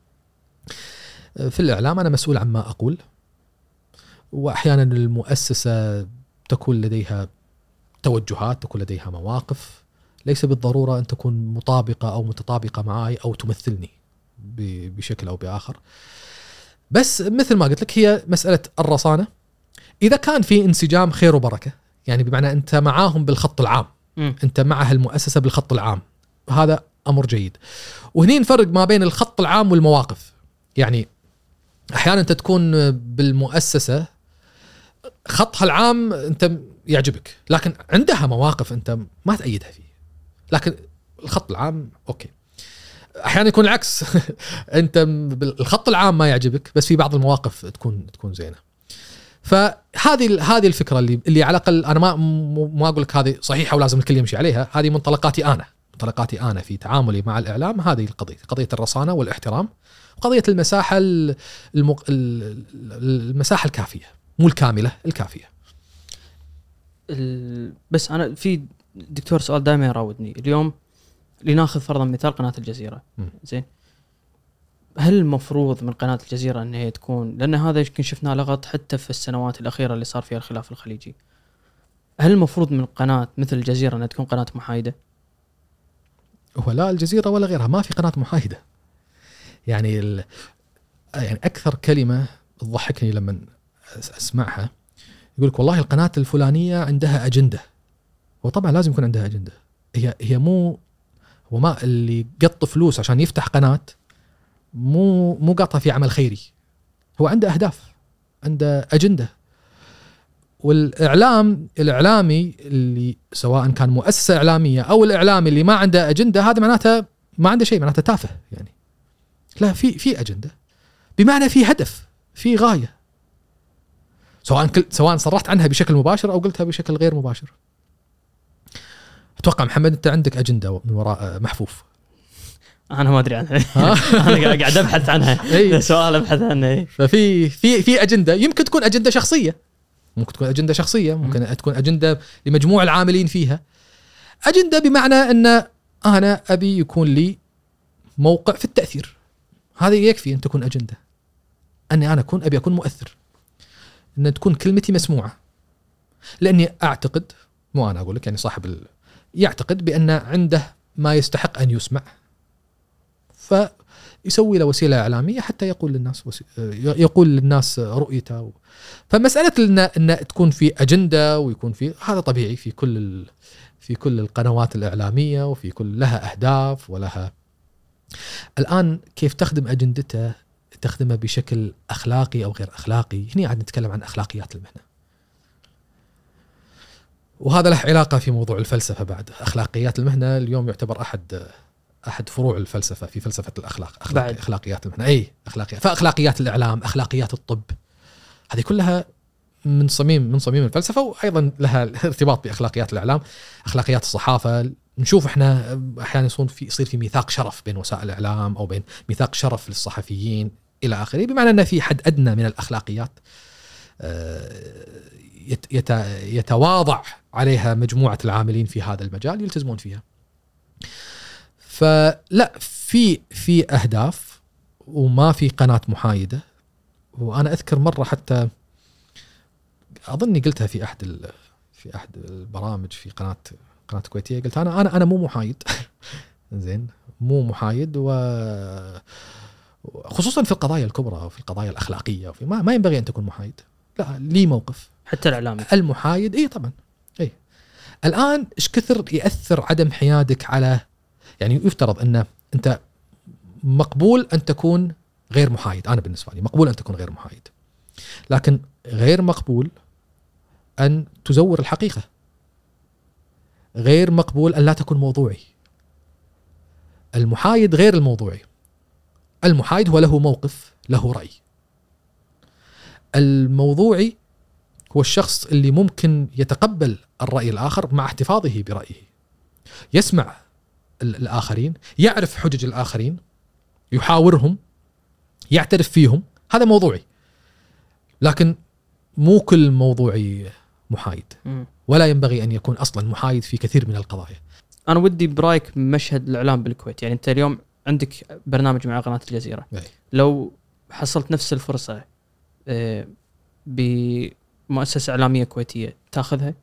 في الاعلام انا مسؤول عما اقول، واحيانا المؤسسه تكون لديها توجهات، تكون لديها مواقف ليس بالضرورة أن تكون مطابقة أو متطابقة معي أو تمثلني بشكل أو بآخر. بس مثل ما قلت لك هي مسألة الرصانة. إذا كان في انسجام خير وبركة، يعني بمعنى أنت معاهم بالخط العام، م. أنت مع المؤسسة بالخط العام، هذا أمر جيد. وهنا نفرق ما بين الخط العام والمواقف. يعني أحيانا أنت تكون بالمؤسسة خطها العام أنت يعجبك، لكن عندها مواقف أنت ما تأيدها فيه، لكن الخط العام أوكي. أحيانا يكون العكس أنت الخط العام ما يعجبك، بس في بعض المواقف تكون تكون زينة. فهذه هذه الفكرة اللي اللي على الأقل أنا ما ما أقول لك هذه صحيحة ولازم الكل يمشي عليها، هذه منطلقاتي أنا منطلقاتي أنا في تعاملي مع الإعلام. هذه القضية، قضية الرصانة والاحترام، وقضية المساحة المق... المساحة الكافية، مو الكاملة، الكافية. بس أنا في دكتور سؤال دائما يراودني اليوم، لناخذ فرضا مثال قناة الجزيرة، زين، هل المفروض من قناة الجزيرة أن هي تكون، لأن هذا يمكن شفناه لغط حتى في السنوات الأخيرة اللي صار فيها الخلاف الخليجي، هل المفروض من قناة مثل الجزيرة أنها تكون قناة محايدة؟ هو لا الجزيرة ولا غيرها ما في قناة محايدة. يعني ال... يعني أكثر كلمة تضحكني لما أسمعها يقولك والله القناة الفلانية عندها أجندة. وطبعا لازم يكون عندها أجندة. هي هي مو هو ما اللي قط فلوس عشان يفتح قناة مو مو قاطها في عمل خيري، هو عنده أهداف، عنده أجندة. والإعلام الإعلامي اللي سواء كان مؤسسة إعلامية أو الإعلامي اللي ما عنده أجندة، هذا معناته ما عنده شيء، معناته تافه. يعني لا، في في أجندة، بمعنى في هدف، في غاية، سواء كل سواء صرحت عنها بشكل مباشر أو قلتها بشكل غير مباشر. اتوقع محمد انت عندك اجنده من وراء محفوف. انا ما ادري عنها. انا قاعد ابحث عنها. سؤال ابحث عنه. ففي في في اجنده يمكن تكون اجنده شخصيه، ممكن تكون اجنده شخصيه، ممكن تكون اجنده لمجموع العاملين فيها. اجنده بمعنى ان انا ابي يكون لي موقع في التاثير، هذا يكفي ان تكون اجنده. اني انا اكون ابي اكون مؤثر، ان تكون كلمتي مسموعه، لاني اعتقد، مو انا اقول لك، يعني صاحب ال... يعتقد بان عنده ما يستحق ان يسمع، فيسوي له وسيله اعلاميه حتى يقول للناس وسي... يقول للناس رؤيته. فمساله ان ان تكون في اجنده ويكون في، هذا طبيعي في كل ال... في كل القنوات الاعلاميه، وفي كل لها اهداف ولها. الان كيف تخدم اجندته، تخدمه بشكل اخلاقي او غير اخلاقي. هنا قاعد نتكلم عن اخلاقيات المهنه، وهذا له علاقه في موضوع الفلسفه بعد. اخلاقيات المهنه اليوم يعتبر احد احد فروع الفلسفه، في فلسفه الاخلاق. أخلاق بعد. اخلاقيات المهنه، اي اخلاقيات، فاخلاقيات الاعلام، اخلاقيات الطب، هذه كلها من صميم من صميم الفلسفه، وايضا لها ارتباط باخلاقيات الاعلام. اخلاقيات الصحافه، نشوف احنا احيانا يصير في يصير في ميثاق شرف بين وسائل الاعلام، او بين ميثاق شرف للصحفيين الى اخره، بمعنى ان في حد ادنى من الاخلاقيات يتواضع عليها مجموعه العاملين في هذا المجال يلتزمون فيها. فلا في في اهداف، وما في قناه محايده. وانا اذكر مره حتى اظني قلتها في احد في احد البرامج في قناه قناه كويتيه، قلت انا انا انا مو محايد. زين، مو محايد، وخصوصا في القضايا الكبرى وفي القضايا الاخلاقيه، وفي ما, ما ينبغي ان تكون محايد. لا، لي موقف. حتى الاعلامي المحايد، اي طبعا، اي. الان ايش كثر ياثر عدم حيادك على، يعني يفترض ان انت مقبول ان تكون غير محايد. انا بالنسبه لي مقبول ان تكون غير محايد، لكن غير مقبول ان تزور الحقيقه، غير مقبول ان لا تكون موضوعي. المحايد غير الموضوعي. المحايد هو له موقف، له راي. الموضوعي هو الشخص اللي ممكن يتقبل الراي الاخر مع احتفاظه برايه، يسمع الآخرين، يعرف حجج الآخرين، يحاورهم، يعترف فيهم. هذا موضوعي. لكن مو كل موضوعي محايد، ولا ينبغي أن يكون أصلا محايد في كثير من القضايا. أنا ودي برايك مشهد الإعلام بالكويت. يعني أنت اليوم عندك برنامج مع قناة الجزيرة، أي. لو حصلت نفس الفرصة بمؤسسة إعلامية كويتية تأخذها؟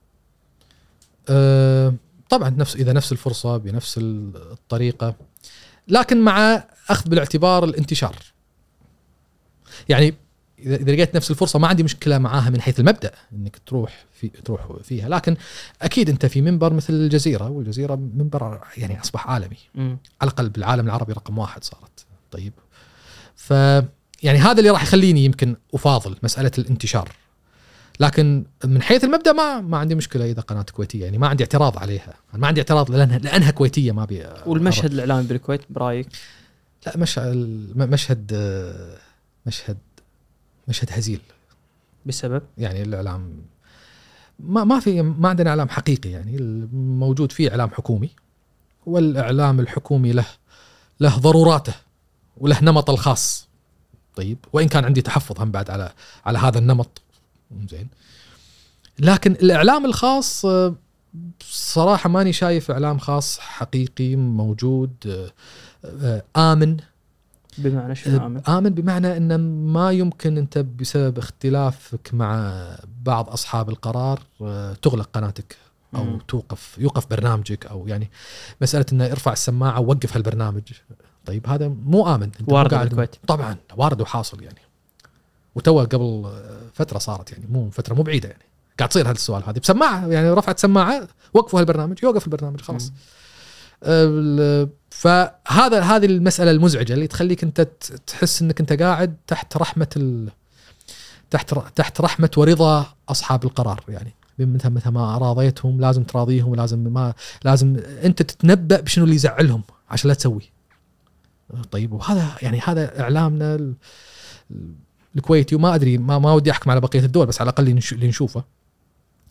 أه طبعا، نفس إذا نفس الفرصة بنفس الطريقة، لكن مع أخذ بالاعتبار الانتشار. يعني إذا لقيت نفس الفرصة ما عندي مشكلة معاها من حيث المبدأ إنك تروح في تروح فيها، لكن أكيد أنت في منبر مثل الجزيرة، والجزيرة منبر يعني أصبح عالمي، م. على الأقل بالعالم العربي رقم واحد صارت. طيب، ف يعني هذا اللي راح يخليني يمكن أفاضل مسألة الانتشار. لكن من حيث المبدأ ما ما عندي مشكلة إذا قناة كويتية، يعني ما عندي اعتراض عليها، ما عندي اعتراض لأنها لأنها كويتية. ما بي والمشهد الإعلامي بالكويت برأيك؟ لا، مش مشهد مشهد مشهد هزيل. بسبب يعني الإعلام ما ما في ما عندنا إعلام حقيقي. يعني الموجود فيه إعلام حكومي، والإعلام الحكومي له له ضروراته وله نمط الخاص. طيب، وإن كان عندي تحفظ هم بعد على على هذا النمط، زين، لكن الإعلام الخاص صراحة ماني شايف إعلام خاص حقيقي موجود آمن. بمعنى شو آمن؟ آمن بمعنى أن ما يمكن أنت بسبب اختلافك مع بعض أصحاب القرار تغلق قناتك أو م. توقف يوقف برنامجك، أو يعني مسألة أنه ارفع السماعة ووقف هالبرنامج. طيب، هذا مو آمن. وارد بالكويت طبعا، وارد وحاصل يعني، وتوه قبل فترة صارت، يعني مو فترة مو بعيدة، يعني قاعد تصير هذا السؤال. هذه بسماعة، يعني رفعت سماعة وقفوا هالبرنامج، يوقف البرنامج خلاص. أه فهذا هذه المسألة المزعجة اللي تخليك أنت تحس أنك أنت قاعد تحت رحمة ال... تحت تحت رحمة ورضا أصحاب القرار. يعني متى متى ما راضيتهم لازم تراضيهم، ولازم ما لازم أنت تتنبأ بشنو اللي يزعلهم عشان لا تسوي. طيب، وهذا يعني هذا إعلامنا ال... الكويتي، وما أدري ما ما ودي أحكم على بقية الدول، بس على الأقل اللي نشوفه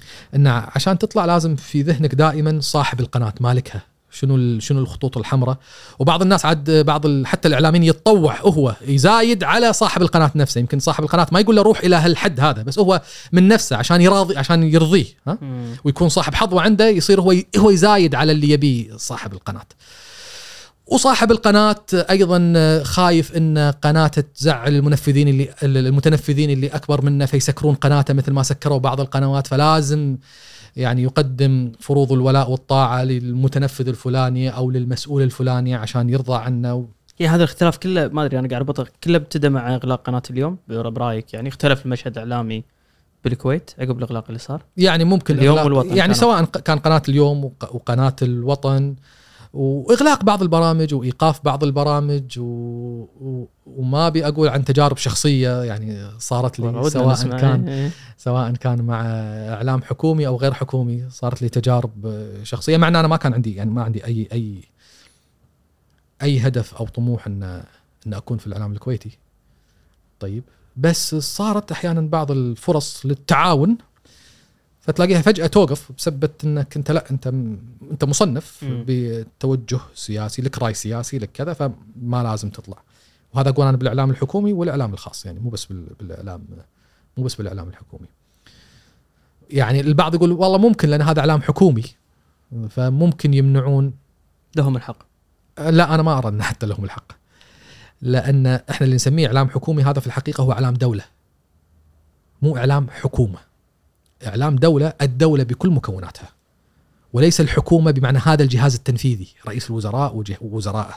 ان عشان تطلع لازم في ذهنك دائما صاحب القناه مالكها، شنو شنو الخطوط الحمراء. وبعض الناس عاد بعض حتى الاعلاميين يتطوع هو يزايد على صاحب القناه نفسه، يمكن صاحب القناه ما يقول له روح الى هالحد هذا، بس هو من نفسه عشان يراضي عشان يرضيه ها ويكون صاحب حظوه عنده، يصير هو هو يزايد على اللي يبيه صاحب القناه. وصاحب القناه ايضا خايف ان قناته تزعل المنفذين اللي المتنفذين اللي اكبر منه فيسكرون قناته مثل ما سكروا بعض القنوات، فلازم يعني يقدم فروض الولاء والطاعة للمتنفذ الفلاني أو للمسؤول الفلاني عشان يرضى عنه. هي هذا الاختلاف كله ما أدري أنا قاعد أربطه كله ابتدى مع إغلاق قناة اليوم برأيك؟ يعني اختلف المشهد الإعلامي بالكويت عقب الإغلاق اللي صار؟ يعني ممكن اليوم والوطن يعني كانوا. سواء كان قناة اليوم وقناة الوطن، وإغلاق بعض البرامج وإيقاف بعض البرامج و... و... وما أبي أقول عن تجارب شخصية يعني صارت لي، سواء كان إيه. سواء كان مع إعلام حكومي أو غير حكومي، صارت لي تجارب شخصية، مع أن أنا ما كان عندي يعني ما عندي أي أي أي هدف أو طموح أن أن أكون في الإعلام الكويتي. طيب بس صارت أحيانا بعض الفرص للتعاون فتلاقيها فجأة توقف بسبب انك انت لا انت انت مصنف م. بتوجه سياسي لك، راي سياسي لك كذا، فما لازم تطلع. وهذا اقول انا بالاعلام الحكومي والاعلام الخاص، يعني مو بس بالاعلام مو بس بالاعلام الحكومي. يعني البعض يقول والله ممكن لان هذا اعلام حكومي فممكن يمنعون، لهم الحق. لا انا ما ارى ان حتى لهم الحق، لان احنا اللي نسميه اعلام حكومي هذا في الحقيقة هو اعلام دولة، مو اعلام حكومة. إعلام دولة، الدولة بكل مكوناتها، وليس الحكومة بمعنى هذا الجهاز التنفيذي رئيس الوزراء ووزرائه،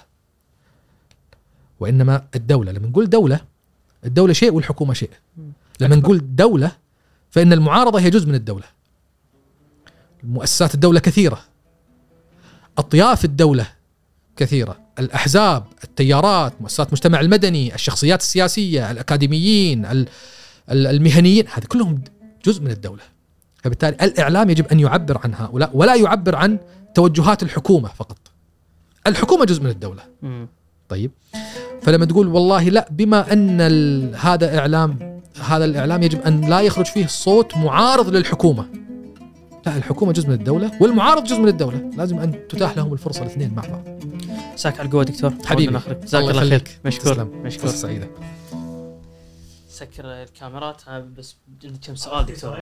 وإنما الدولة. لما نقول دولة، الدولة شيء والحكومة شيء. لما نقول دولة فإن المعارضة هي جزء من الدولة. مؤسسات الدولة كثيرة، أطياف الدولة كثيرة، الأحزاب، التيارات، مؤسسات المجتمع المدني، الشخصيات السياسية، الأكاديميين، المهنيين، هذا كلهم جزء من الدولة. فبالتالي الإعلام يجب أن يعبر عن هؤلاء ولا يعبر عن توجهات الحكومة فقط. الحكومة جزء من الدولة. طيب فلما تقول والله لا، بما أن هذا إعلام هذا الإعلام يجب أن لا يخرج فيه صوت معارض للحكومة، لا، الحكومة جزء من الدولة والمعارض جزء من الدولة، لازم أن تتاح لهم الفرصة الاثنين مع بعض. ساك على القوة دكتور حبيبي، جزاك الله خير. مشكور مشكور. سعيدة. سكر الكاميرات بس كم سؤال دكتور.